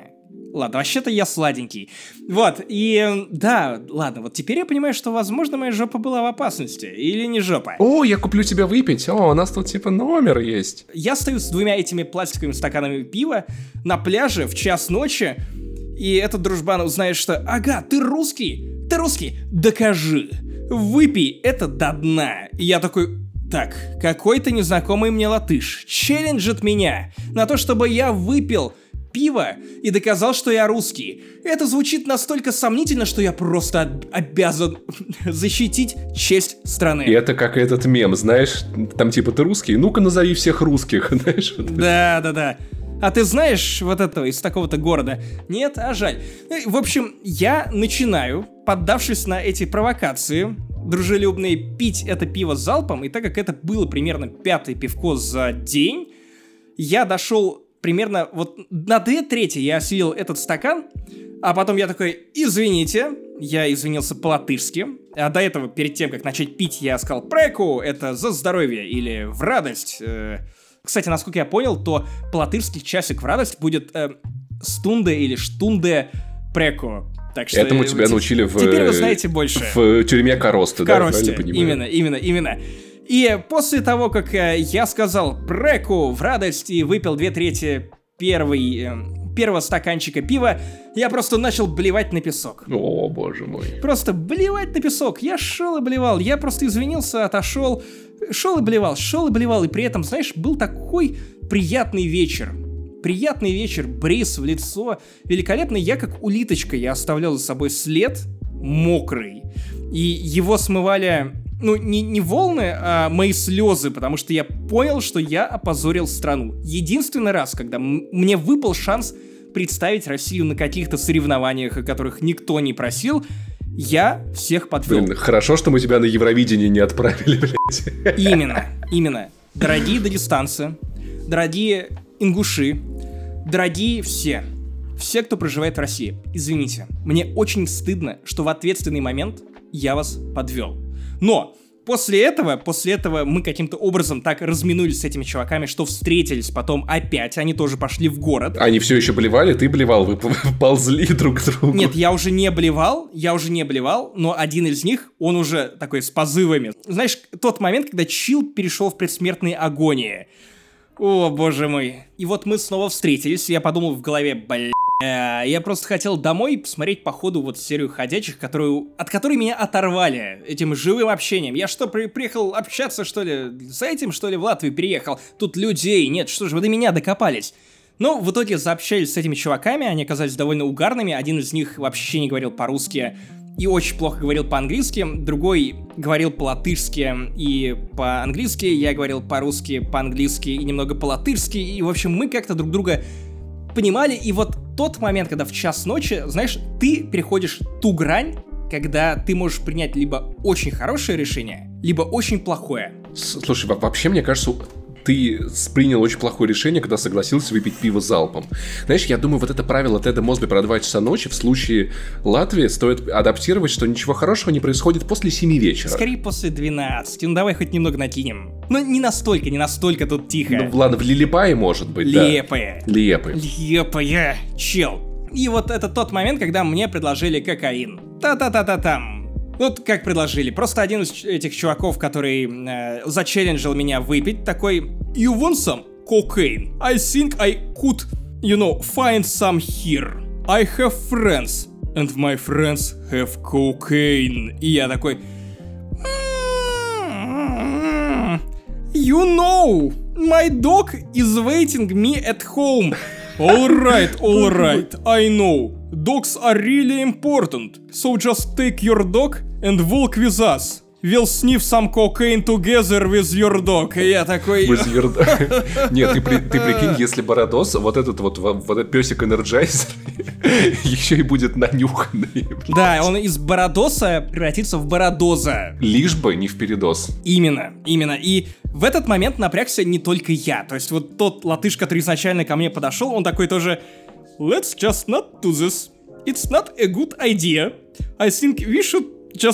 Ладно, вообще-то я сладенький. Вот, и да, ладно, вот теперь я понимаю, что, возможно, моя жопа была в опасности. Или не жопа. О, я куплю тебя выпить. О, у нас тут типа номер есть. Я стою с 2 этими пластиковыми стаканами пива на пляже в час ночи, и этот дружбан узнает, что «Ага, ты русский, докажи, выпей это до дна». И я такой... Так, какой-то незнакомый мне латыш челленджит меня на то, чтобы я выпил пиво и доказал, что я русский. Это звучит настолько сомнительно, что я просто обязан защитить честь страны. И это как этот мем, знаешь, там типа ты русский, ну-ка назови всех русских, знаешь. Да. А ты знаешь вот этого из такого-то города? Нет? А жаль. В общем, я начинаю, поддавшись на эти провокации дружелюбные, пить это пиво залпом, и так как это было примерно 5-е пивко за день, я дошел примерно вот на 2/3 я осилил этот стакан, а потом я такой, извините, я извинился по-латышски, а до этого, перед тем, как начать пить, я сказал «преку», это за здоровье или в радость. Кстати, насколько я понял, то по-латышски часик в радость будет стунде или штунде преку. Так что этому тебя научили теперь вы знаете больше. В тюрьме Коросты, да? Коросте, именно. И после того, как я сказал преку в радость и выпил 2/3 первого стаканчика пива, я просто начал блевать на песок. О, боже мой. Просто блевать на песок. Я шел и блевал. Я просто извинился, отошел. Шел и блевал. И при этом, знаешь, был такой приятный вечер. Бриз в лицо. Великолепный. Я как улиточка. Я оставлял за собой след мокрый. И его смывали... Ну, не волны, а мои слезы, потому что я понял, что я опозорил страну. Единственный раз, когда мне выпал шанс представить Россию на каких-то соревнованиях, о которых никто не просил, я всех подвел. Блин, хорошо, что мы тебя на Евровидение не отправили, блядь. Именно. Дорогие дагестанцы, дорогие ингуши, дорогие все, кто проживает в России, извините, мне очень стыдно, что в ответственный момент я вас подвел. Но после этого мы каким-то образом так разминулись с этими чуваками, что встретились потом опять, они тоже пошли в город. Они все еще блевали, ты блевал, вы ползли друг к другу. Нет, я уже не блевал, но один из них, он уже такой с позывами. Знаешь, тот момент, когда чил перешел в предсмертные агонии. О, боже мой. И вот мы снова встретились, и я подумал в голове, я просто хотел домой посмотреть по ходу вот серию «Ходячих», от которой меня оторвали этим живым общением. Я что, приехал общаться, что ли, с этим, что ли, в Латвию переехал? Тут людей нет, что же, вы до меня докопались? Но в итоге заобщались с этими чуваками, они оказались довольно угарными, один из них вообще не говорил по-русски и очень плохо говорил по-английски, другой говорил по-латышски и по-английски, я говорил по-русски, по-английски и немного по-латышски, и, в общем, мы как-то друг друга понимали, и вот тот момент, когда в час ночи, знаешь, ты переходишь ту грань, когда ты можешь принять либо очень хорошее решение, либо очень плохое. Слушай, вообще, мне кажется, ты принял очень плохое решение, когда согласился выпить пиво залпом. Знаешь, я думаю, вот это правило Теда Мосби про 2 часа ночи в случае Латвии стоит адаптировать, что ничего хорошего не происходит после 7 вечера. Скорее после 12. Ну давай хоть немного накинем. Ну не настолько тут тихо. Ну ладно, в Лилипае может быть, Лепая. Да. Лепая. Чел. И вот это тот момент, когда мне предложили кокаин. Та-та-та-та-там. Вот как предложили. Просто один из этих чуваков, который зачелленджил меня выпить, такой: You want some cocaine? I think I could, find some here. I have friends, and my friends have cocaine. И я такой: You know, my dog is waiting me at home. All right, I know. Dogs are really important. So just take your dog and walk with us. We'll sniff some cocaine together with your dog. И я такой... Нет, ты прикинь, если Бородос, вот этот песик Энерджайзер, еще и будет нанюханный. Да, он из Бородоса превратится в Бородоза. Лишь бы не в передоз. Именно. И в этот момент напрягся не только я. То есть вот тот латыш, который изначально ко мне подошел, он такой тоже: Let's just not do this. It's not a good idea. I think we should just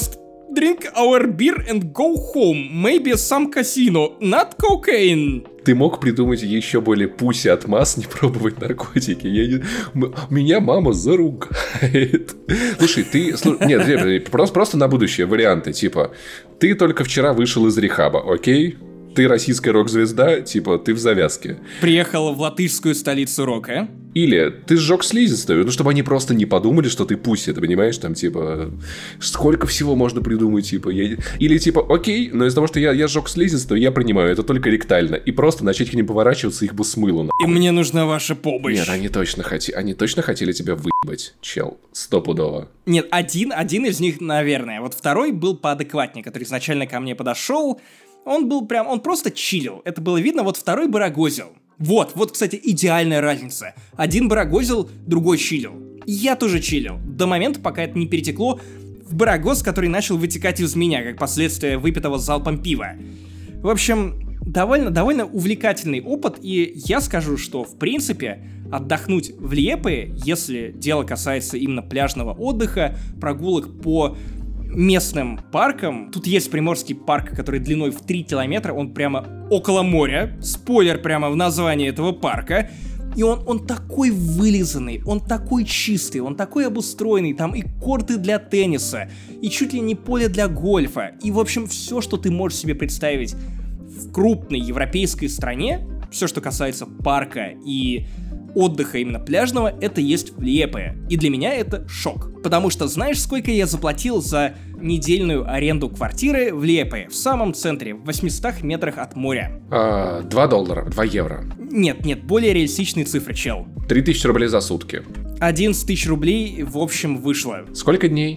Drink our beer and go home. Maybe some casino, not cocaine. Ты мог придумать еще более пуси отмаз, не пробовать наркотики. Меня мама заругает. Слушай, нет, просто на будущее варианты, типа, ты только вчера вышел из рехаба, окей? Ты российская рок-звезда, типа, ты в завязке. Приехала в латышскую столицу рока. Или ты сжег слизистую, чтобы они просто не подумали, что ты пуси, ты понимаешь, там, типа, сколько всего можно придумать, типа, или, типа, окей, но из-за того, что я сжег слизистую, я принимаю, это только ректально, и просто начать к ним поворачиваться, их бы смыло, И мне нужна ваша помощь. Нет, они точно хотели тебя выебать, чел, стопудово. Нет, один из них, наверное, вот второй был поадекватнее, который изначально ко мне подошел, он просто чилил, это было видно, вот второй барагозил. Вот, кстати, идеальная разница. Один барагозил, другой чилил. И я тоже чилил. До момента, пока это не перетекло в барагоз, который начал вытекать из меня, как последствие выпитого залпом пива. В общем, довольно увлекательный опыт, и я скажу, что, в принципе, отдохнуть в Лиепае, если дело касается именно пляжного отдыха, прогулок по местным паркам. Тут есть Приморский парк, который длиной в 3 километра, он прямо около моря. Спойлер прямо в названии этого парка. И он такой вылизанный, он такой чистый, он такой обустроенный. Там и корты для тенниса, и чуть ли не поле для гольфа. И, в общем, все, что ты можешь себе представить в крупной европейской стране, все, что касается парка и отдыха именно пляжного, это есть в Лиепае. И для меня это шок. Потому что знаешь, сколько я заплатил за недельную аренду квартиры в Лиепае? В самом центре, в 800 метрах от моря. $2, €2. Нет, более реалистичные цифры, чел. 3000 рублей за сутки. 11 тысяч рублей, в общем, вышло. Сколько дней?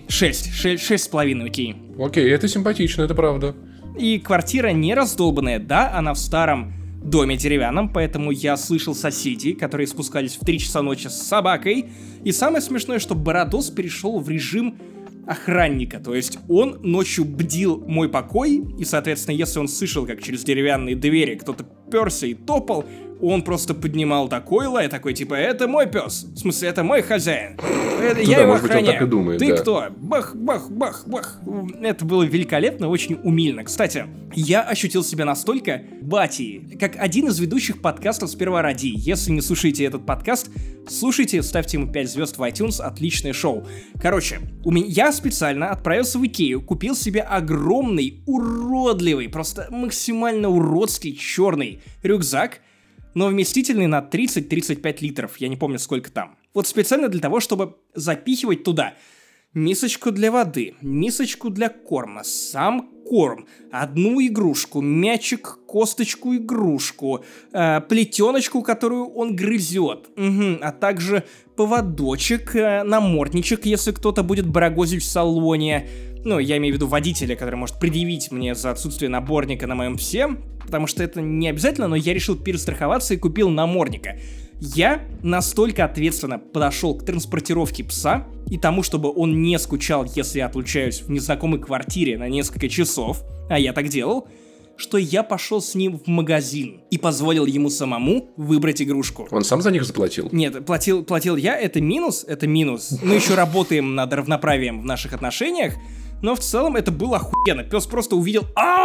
6,5, окей. Окей, это симпатично, это правда. И квартира не раздолбанная, да, она в старом доме деревянном, поэтому я слышал соседей, которые спускались в 3 часа ночи с собакой. И самое смешное, что Бородос перешел в режим охранника, то есть он ночью бдил мой покой, и, соответственно, если он слышал, как через деревянные двери кто-то перся и топал, он просто поднимал такой лай, такой типа, это мой пес, в смысле, это мой хозяин, я его охраняю, он так и думает, ты да. кто? Бах, бах, бах, бах. Это было великолепно, очень умильно. Кстати, я ощутил себя настолько батей, как один из ведущих подкастов «Сперва ради». Если не слушаете этот подкаст, слушайте, ставьте ему 5 звезд в iTunes, отличное шоу. Короче, я специально отправился в Икею, купил себе огромный, уродливый, просто максимально уродский черный рюкзак, но вместительный на 30-35 литров, я не помню сколько там. Вот специально для того, чтобы запихивать туда мисочку для воды, мисочку для корма, сам корм, одну игрушку, мячик, косточку, игрушку, плетеночку, которую он грызет, а также поводочек, намордничек, если кто-то будет барагозить в салоне. Ну, я имею в виду водителя, который может предъявить мне за отсутствие намордника на моем псе, потому что это не обязательно, но я решил перестраховаться и купил намордника. Я настолько ответственно подошел к транспортировке пса и тому, чтобы он не скучал, если я отлучаюсь в незнакомой квартире на несколько часов, а я так делал, что я пошел с ним в магазин и позволил ему самому выбрать игрушку. Он сам за них заплатил? Нет, платил я, это минус. Мы еще работаем над равноправием в наших отношениях, но в целом это было охуенно. Пес просто увидел,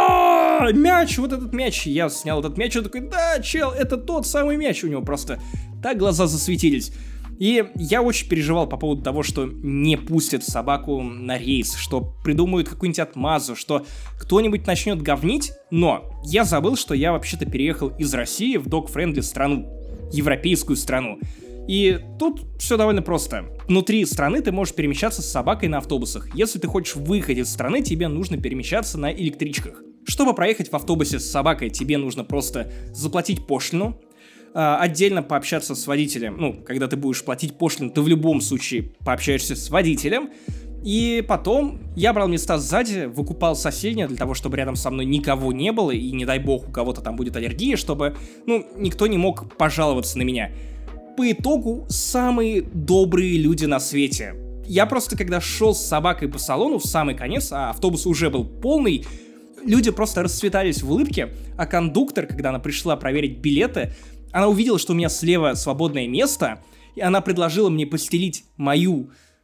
мяч, вот этот мяч. Я снял этот мяч, он такой, да, чел, это тот самый мяч. У него просто так глаза засветились. И я очень переживал по поводу того, что не пустят собаку на рейс, что придумают какую-нибудь отмазу, что кто-нибудь начнет говнить, но я забыл, что я вообще-то переехал из России в dog-friendly страну, европейскую страну. И тут все довольно просто. Внутри страны ты можешь перемещаться с собакой на автобусах. Если ты хочешь выехать из страны, тебе нужно перемещаться на электричках. Чтобы проехать в автобусе с собакой, тебе нужно просто заплатить пошлину, отдельно пообщаться с водителем. Ну, когда ты будешь платить пошлину, ты в любом случае пообщаешься с водителем. И потом я брал места сзади, выкупал соседнее для того, чтобы рядом со мной никого не было, и не дай бог у кого-то там будет аллергия, чтобы, никто не мог пожаловаться на меня. По итогу, самые добрые люди на свете. Я просто, когда шел с собакой по салону в самый конец, а автобус уже был полный, люди просто расцветались в улыбке, а кондуктор, когда она пришла проверить билеты, она увидела, что у меня слева свободное место, и она предложила мне постелить мою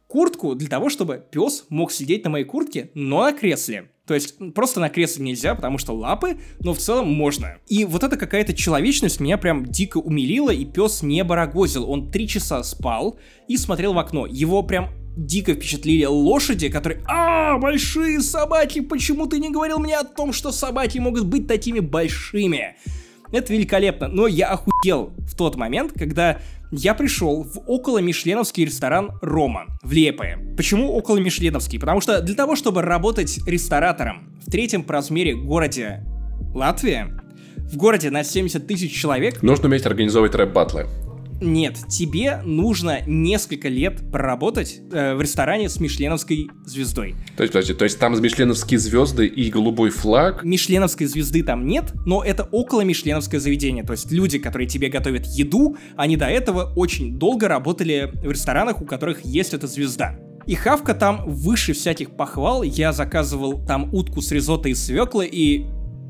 куртку для того, чтобы пес мог сидеть на моей куртке, но на кресле. То есть просто на кресле нельзя, потому что лапы, но в целом можно. И вот эта какая-то человечность меня прям дико умилила, и пес не барагозил. Он 3 часа спал и смотрел в окно. Его прям дико впечатлили лошади, которые... большие собаки! Почему ты не говорил мне о том, что собаки могут быть такими большими? Это великолепно. Но я охуел в тот момент, когда я пришел в около-мишленовский ресторан «Рома» в Лиепае. Почему около-мишленовский? Потому что для того, чтобы работать ресторатором в 3-м по размере городе Латвия, в городе на 70 тысяч человек... Нужно уметь организовывать рэп-баттлы. Нет, тебе нужно несколько лет проработать в ресторане с мишленовской звездой. То есть, подожди, там мишленовские звезды и голубой флаг? Мишленовской звезды там нет, но это около мишленовское заведение. То есть люди, которые тебе готовят еду, они до этого очень долго работали в ресторанах, у которых есть эта звезда. И хавка там выше всяких похвал. Я заказывал там утку с ризотто из свеклы, и...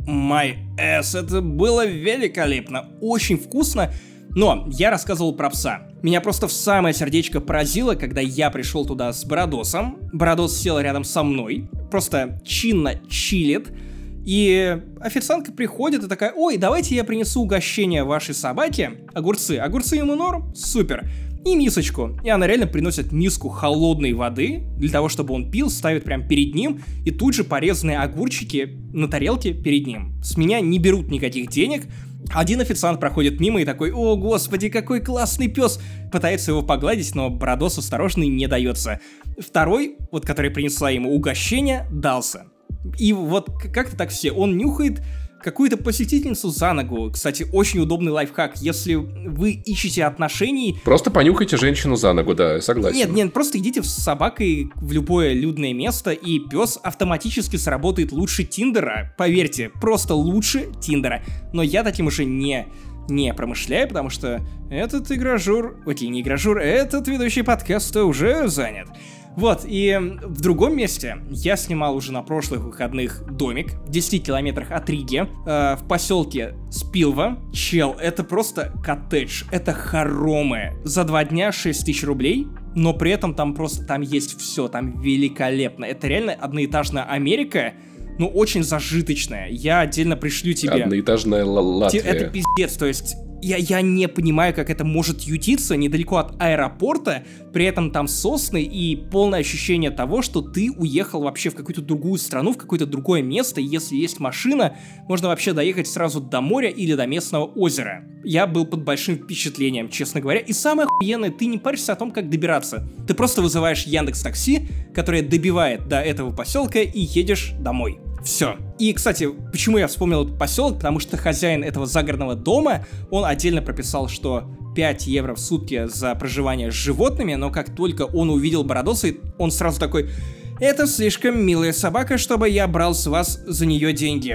это было великолепно. Очень вкусно. Но я рассказывал про пса. Меня просто в самое сердечко поразило, когда я пришел туда с Бородосом. Бородос сел рядом со мной, просто чинно чилит. И официантка приходит и такая: ой, давайте я принесу угощение вашей собаке. Огурцы. Огурцы ему норм? Супер. И мисочку. И она реально приносит миску холодной воды, для того, чтобы он пил, ставит прямо перед ним, и тут же порезанные огурчики на тарелке перед ним. С меня не берут никаких денег. Один официант проходит мимо и такой: о, господи, какой классный пес! Пытается его погладить, но Бородос осторожный не дается. Второй, вот который принесла ему угощение, дался. И вот как-то так все. Он нюхает какую-то посетительницу за ногу. Кстати, очень удобный лайфхак. Если вы ищете отношений... Просто понюхайте женщину за ногу, да, согласен. Нет, просто идите с собакой в любое людное место, и пес автоматически сработает лучше Тиндера. Поверьте, просто лучше Тиндера. Но я таким уже не промышляю, потому что этот этот ведущий подкаста уже занят. Вот, и в другом месте я снимал уже на прошлых выходных домик в 10 километрах от Риги, в поселке Спилва. Чел, это просто коттедж, это хоромы. За 2 дня 6 тысяч рублей, но при этом там есть все, там великолепно. Это реально одноэтажная Америка, но очень зажиточная. Я отдельно пришлю тебе. Одноэтажная Латвия. Это пиздец, то есть... Я не понимаю, как это может ютиться недалеко от аэропорта, при этом там сосны и полное ощущение того, что ты уехал вообще в какую-то другую страну, в какое-то другое место, и если есть машина, можно вообще доехать сразу до моря или до местного озера. Я был под большим впечатлением, честно говоря, и самое охуенное, ты не паришься о том, как добираться. Ты просто вызываешь Яндекс.Такси, которое добивает до этого поселка, и едешь домой. Все. И, кстати, почему я вспомнил этот поселок? Потому что хозяин этого загородного дома, он отдельно прописал, что 5 евро в сутки за проживание с животными, но как только он увидел Бородоса, он сразу такой: это слишком милая собака, чтобы я брал с вас за нее деньги.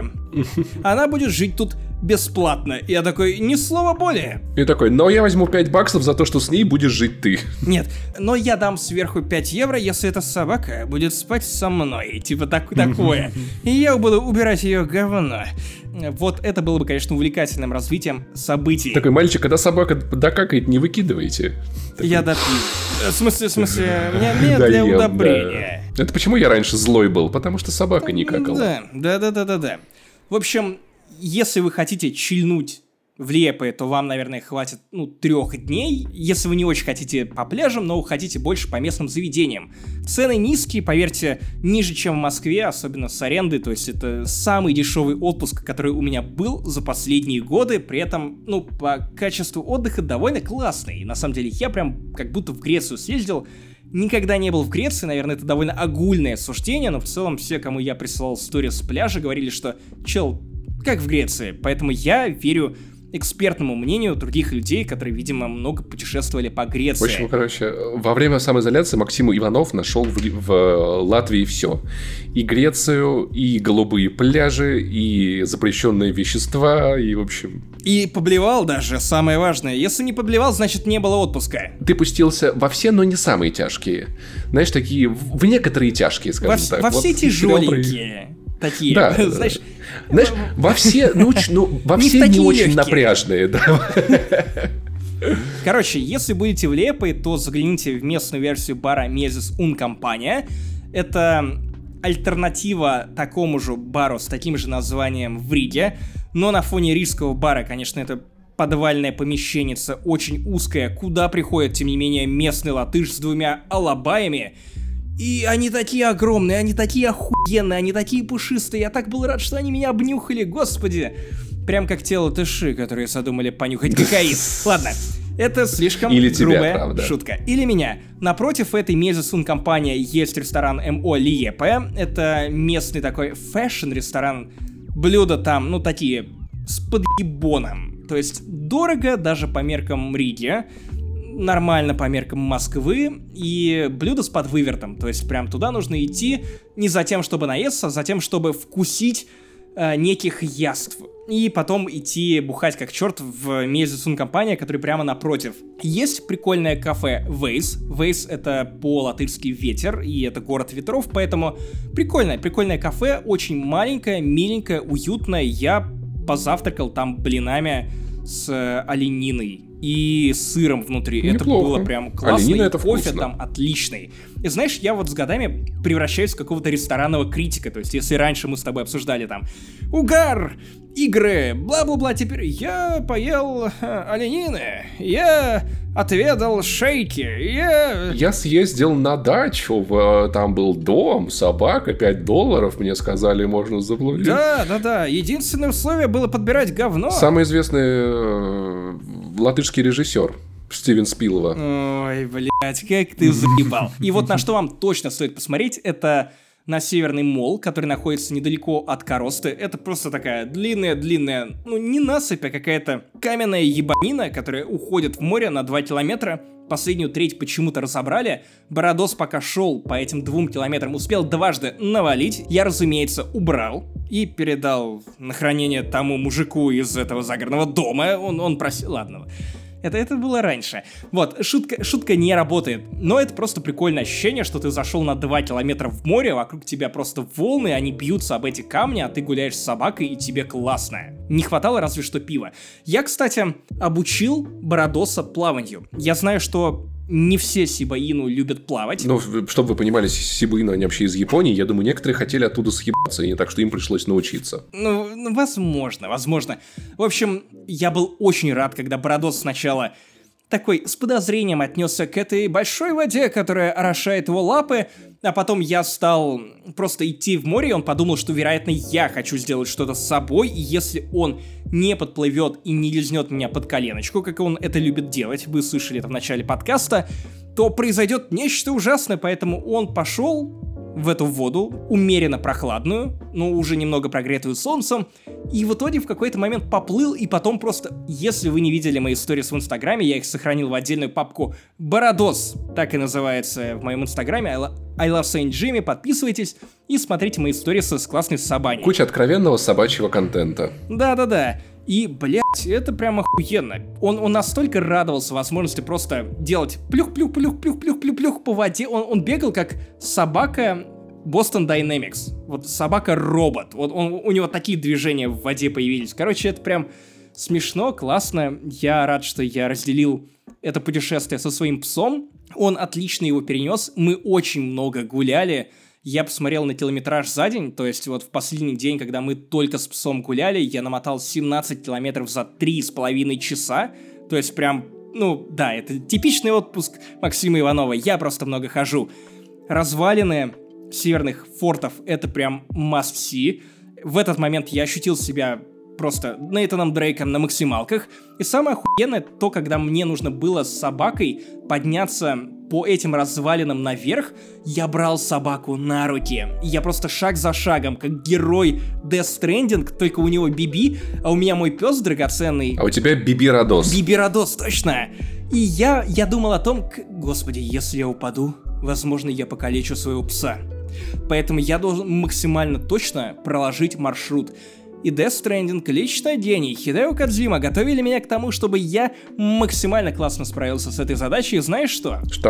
Она будет жить тут бесплатно. Я такой: ни слова более. И такой: но я возьму 5 баксов за то, что с ней будешь жить ты. Нет, но я дам сверху 5 евро, если эта собака будет спать со мной. Типа такое. И я буду убирать ее говно. Вот это было бы, конечно, увлекательным развитием событий. Такой: мальчик, когда собака докакает, не выкидывайте. Такой: я допью. В смысле, мне для удобрения. Да. Это почему я раньше злой был? Потому что собака не какала. Да. В общем, если вы хотите чильнуть в Лиепае, то вам, наверное, хватит, 3 дней. Если вы не очень хотите по пляжам, но хотите больше по местным заведениям. Цены низкие, поверьте, ниже, чем в Москве, особенно с арендой. То есть это самый дешевый отпуск, который у меня был за последние годы. При этом, по качеству отдыха довольно классный. И на самом деле я прям как будто в Грецию съездил. Никогда не был в Греции, наверное, это довольно огульное суждение, но в целом все, кому я присылал сторис с пляжа, говорили, что чел, как в Греции. Поэтому я верю экспертному мнению других людей, которые, видимо, много путешествовали по Греции. В общем, во время самоизоляции Максим Иванов нашел в Латвии все. И Грецию, и голубые пляжи, и запрещенные вещества, и, в общем... И поблевал даже, самое важное. Если не поблевал, значит, не было отпуска. Ты пустился во все, но не самые тяжкие. Знаешь, такие, в некоторые тяжкие, скажем так. Во все тяжеленькие. Такие, да, знаешь, во все, во все не очень напряжные, да. Короче, если будете в Лепой, то загляните в местную версию бара Meses un Compania. Это альтернатива такому же бару с таким же названием в Риге, но на фоне рижского бара, конечно, это подвальное помещенница, очень узкое, куда приходит, тем не менее, местный латыш с 2 алабаями. И они такие огромные, они такие охуенные, они такие пушистые. Я так был рад, что они меня обнюхали, господи. Прям как те латыши, которые задумали понюхать кокаин. Ладно, это слишком грубая шутка. Или меня. Напротив этой Meses un Compania есть ресторан МО Лиепе. Это местный такой фэшн-ресторан. Блюда там, ну, такие, с подъебоном. То есть дорого даже по меркам Риги, нормально по меркам Москвы, и блюдо с подвывертом. То есть прям туда нужно идти не за тем, чтобы наесться, а за тем, чтобы вкусить неких яств. И потом идти бухать как черт в Meses un Compania, который прямо напротив. Есть прикольное кафе Вейс. Вейс — это по-латышски ветер, и это город ветров, поэтому прикольное кафе, очень маленькое, миленькое, уютное. Я позавтракал там блинами с олениной и сыром внутри. Неплохо. Это было прям классно. Оленина — это кофе вкусно. Там отличный. И знаешь, я вот с годами превращаюсь в какого-то ресторанного критика. То есть, если раньше мы с тобой обсуждали там угар, игры, бла-бла-бла, теперь я поел оленины, я отведал шейки, Я съездил на дачу, там был дом, собака, $5, мне сказали, можно заплатить. Да. Единственное условие было подбирать говно. Самый известный латышский режиссер Стивен Спилова. Ой, блядь, как ты заебал. И вот на что вам точно стоит посмотреть, это на Северный Молл, который находится недалеко от Коросты. Это просто такая длинная, ну не насыпь, а какая-то каменная ебанина, которая уходит в море на 2 километра. Последнюю треть почему-то разобрали. Бородос пока шел по этим 2 километрам, успел дважды навалить. Я, разумеется, убрал и передал на хранение тому мужику из этого загородного дома. Он просил... Ладно. Это было раньше. Вот, шутка не работает. Но это просто прикольное ощущение, что ты зашел на 2 километра в море, вокруг тебя просто волны, они бьются об эти камни, а ты гуляешь с собакой, и тебе классно. Не хватало разве что пива. Я, кстати, обучил Бородоса плаванию. Я знаю, что не все сибаину любят плавать. Ну, чтобы вы понимали, сибаину, они вообще из Японии. Я думаю, некоторые хотели оттуда съебаться, и так что им пришлось научиться. Ну, возможно. В общем, я был очень рад, когда Бородос сначала такой с подозрением отнесся к этой большой воде, которая орошает его лапы, а потом я стал просто идти в море, и он подумал, что, вероятно, я хочу сделать что-то с собой, и если он не подплывет и не лизнет меня под коленочку, как он это любит делать, вы слышали это в начале подкаста, то произойдет нечто ужасное, поэтому он пошел в эту воду, умеренно прохладную, но уже немного прогретую солнцем, и в итоге в какой-то момент поплыл, и потом просто, если вы не видели мои сторис в Инстаграме, я их сохранил в отдельную папку «Бородос», так и называется в моем Инстаграме, I love Saint Jimmy, подписывайтесь и смотрите мои сторисы с классной собаней. Куча откровенного собачьего контента. Да. И, блядь, это прям охуенно. Он настолько радовался возможности просто делать плюх-плюх-плюх-плюх-плюх-плюх по воде. Он бегал как собака Boston Dynamics. Вот собака-робот. Вот у него такие движения в воде появились. Короче, это прям смешно, классно. Я рад, что я разделил это путешествие со своим псом. Он отлично его перенес. Мы очень много гуляли. Я посмотрел на километраж за день, то есть вот в последний день, когда мы только с псом гуляли, я намотал 17 километров за 3,5 часа, то есть прям, ну да, это типичный отпуск Максима Иванова, я просто много хожу. Развалины северных фортов — это прям must see. В этот момент я ощутил себя просто Нейтаном Дрейком на максималках. И самое охуенное то, когда мне нужно было с собакой подняться по этим развалинам наверх, я брал собаку на руки. Я просто шаг за шагом, как герой Death Stranding, только у него Биби, а у меня мой пес драгоценный. А у тебя Биби Родос. Биби Родос, точно. И я думал о том, господи, если я упаду, возможно, я покалечу своего пса. Поэтому я должен максимально точно проложить маршрут. И Death Stranding, лично Дени, Хидео Кодзима готовили меня к тому, чтобы я максимально классно справился с этой задачей. И знаешь что? Что?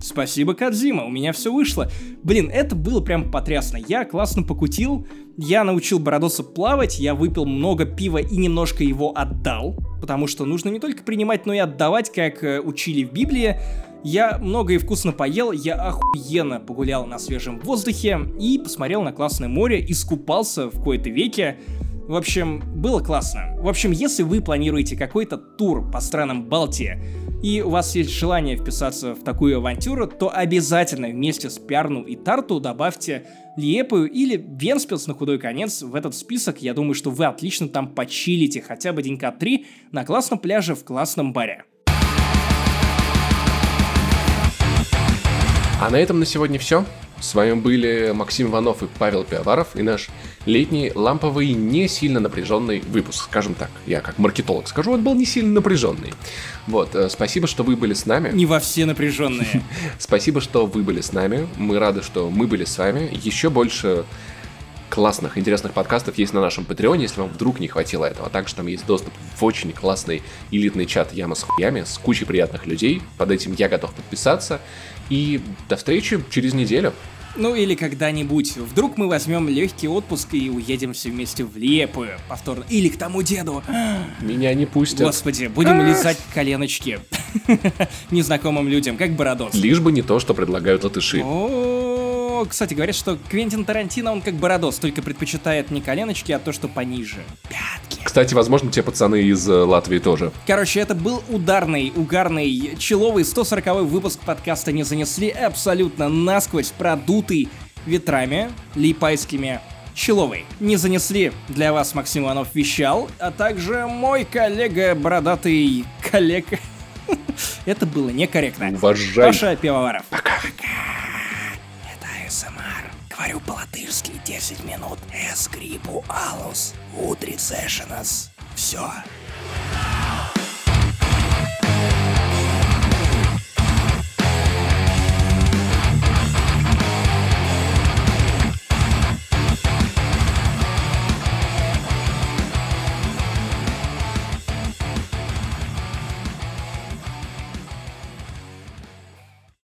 Спасибо, Кодзима, у меня все вышло. Блин, это было прям потрясно. Я классно покутил, я научил Бородоса плавать, я выпил много пива и немножко его отдал, потому что нужно не только принимать, но и отдавать, как учили в Библии. Я много и вкусно поел, я охуенно погулял на свежем воздухе и посмотрел на классное море, искупался в кои-то веке. В общем, было классно. В общем, если вы планируете какой-то тур по странам Балтии, и у вас есть желание вписаться в такую авантюру, то обязательно вместе с Пярну и Тарту добавьте Лиепаю или Венспилс на худой конец в этот список. Я думаю, что вы отлично там почилите хотя бы денька 3 на классном пляже в классном баре. А на этом на сегодня все. С вами были Максим Иванов и Павел Пивоваров и наш летний ламповый, не сильно напряженный выпуск, скажем так. Я как маркетолог скажу, он был не сильно напряженный. Вот, спасибо, что вы были с нами. Не во все напряженные. Спасибо, что вы были с нами. Мы рады, что мы были с вами. Еще больше классных, интересных подкастов есть на нашем Патреоне, если вам вдруг не хватило этого. Также там есть доступ в очень классный элитный чат Яма с хуями, с кучей приятных людей. Под этим я готов подписаться. И до встречи через неделю. Ну или когда-нибудь. Вдруг мы возьмем легкий отпуск и уедем все вместе в Лиепаю повторно. Или к тому деду. Меня не пустят. Господи, будем лизать коленочки незнакомым людям, как Бородос. Лишь бы не то, что предлагают латыши. О, кстати, говорят, что Квентин Тарантино, он как Бородос, только предпочитает не коленочки, а то, что пониже. Пятки. Кстати, возможно, те пацаны из Латвии тоже. Короче, это был ударный, угарный, человый 140-й выпуск подкаста «Не занесли», абсолютно насквозь продутый ветрами липайскими. Человый. «Не занесли» для вас Максим Иванов вещал, а также мой коллега, бородатый коллега. Это было некорректно. Уважай. Паша Пивоваров. Пока. Это АСМР. Говорю по-латышски 10 минут. Эскрипу алус. Утрицешенас. Все.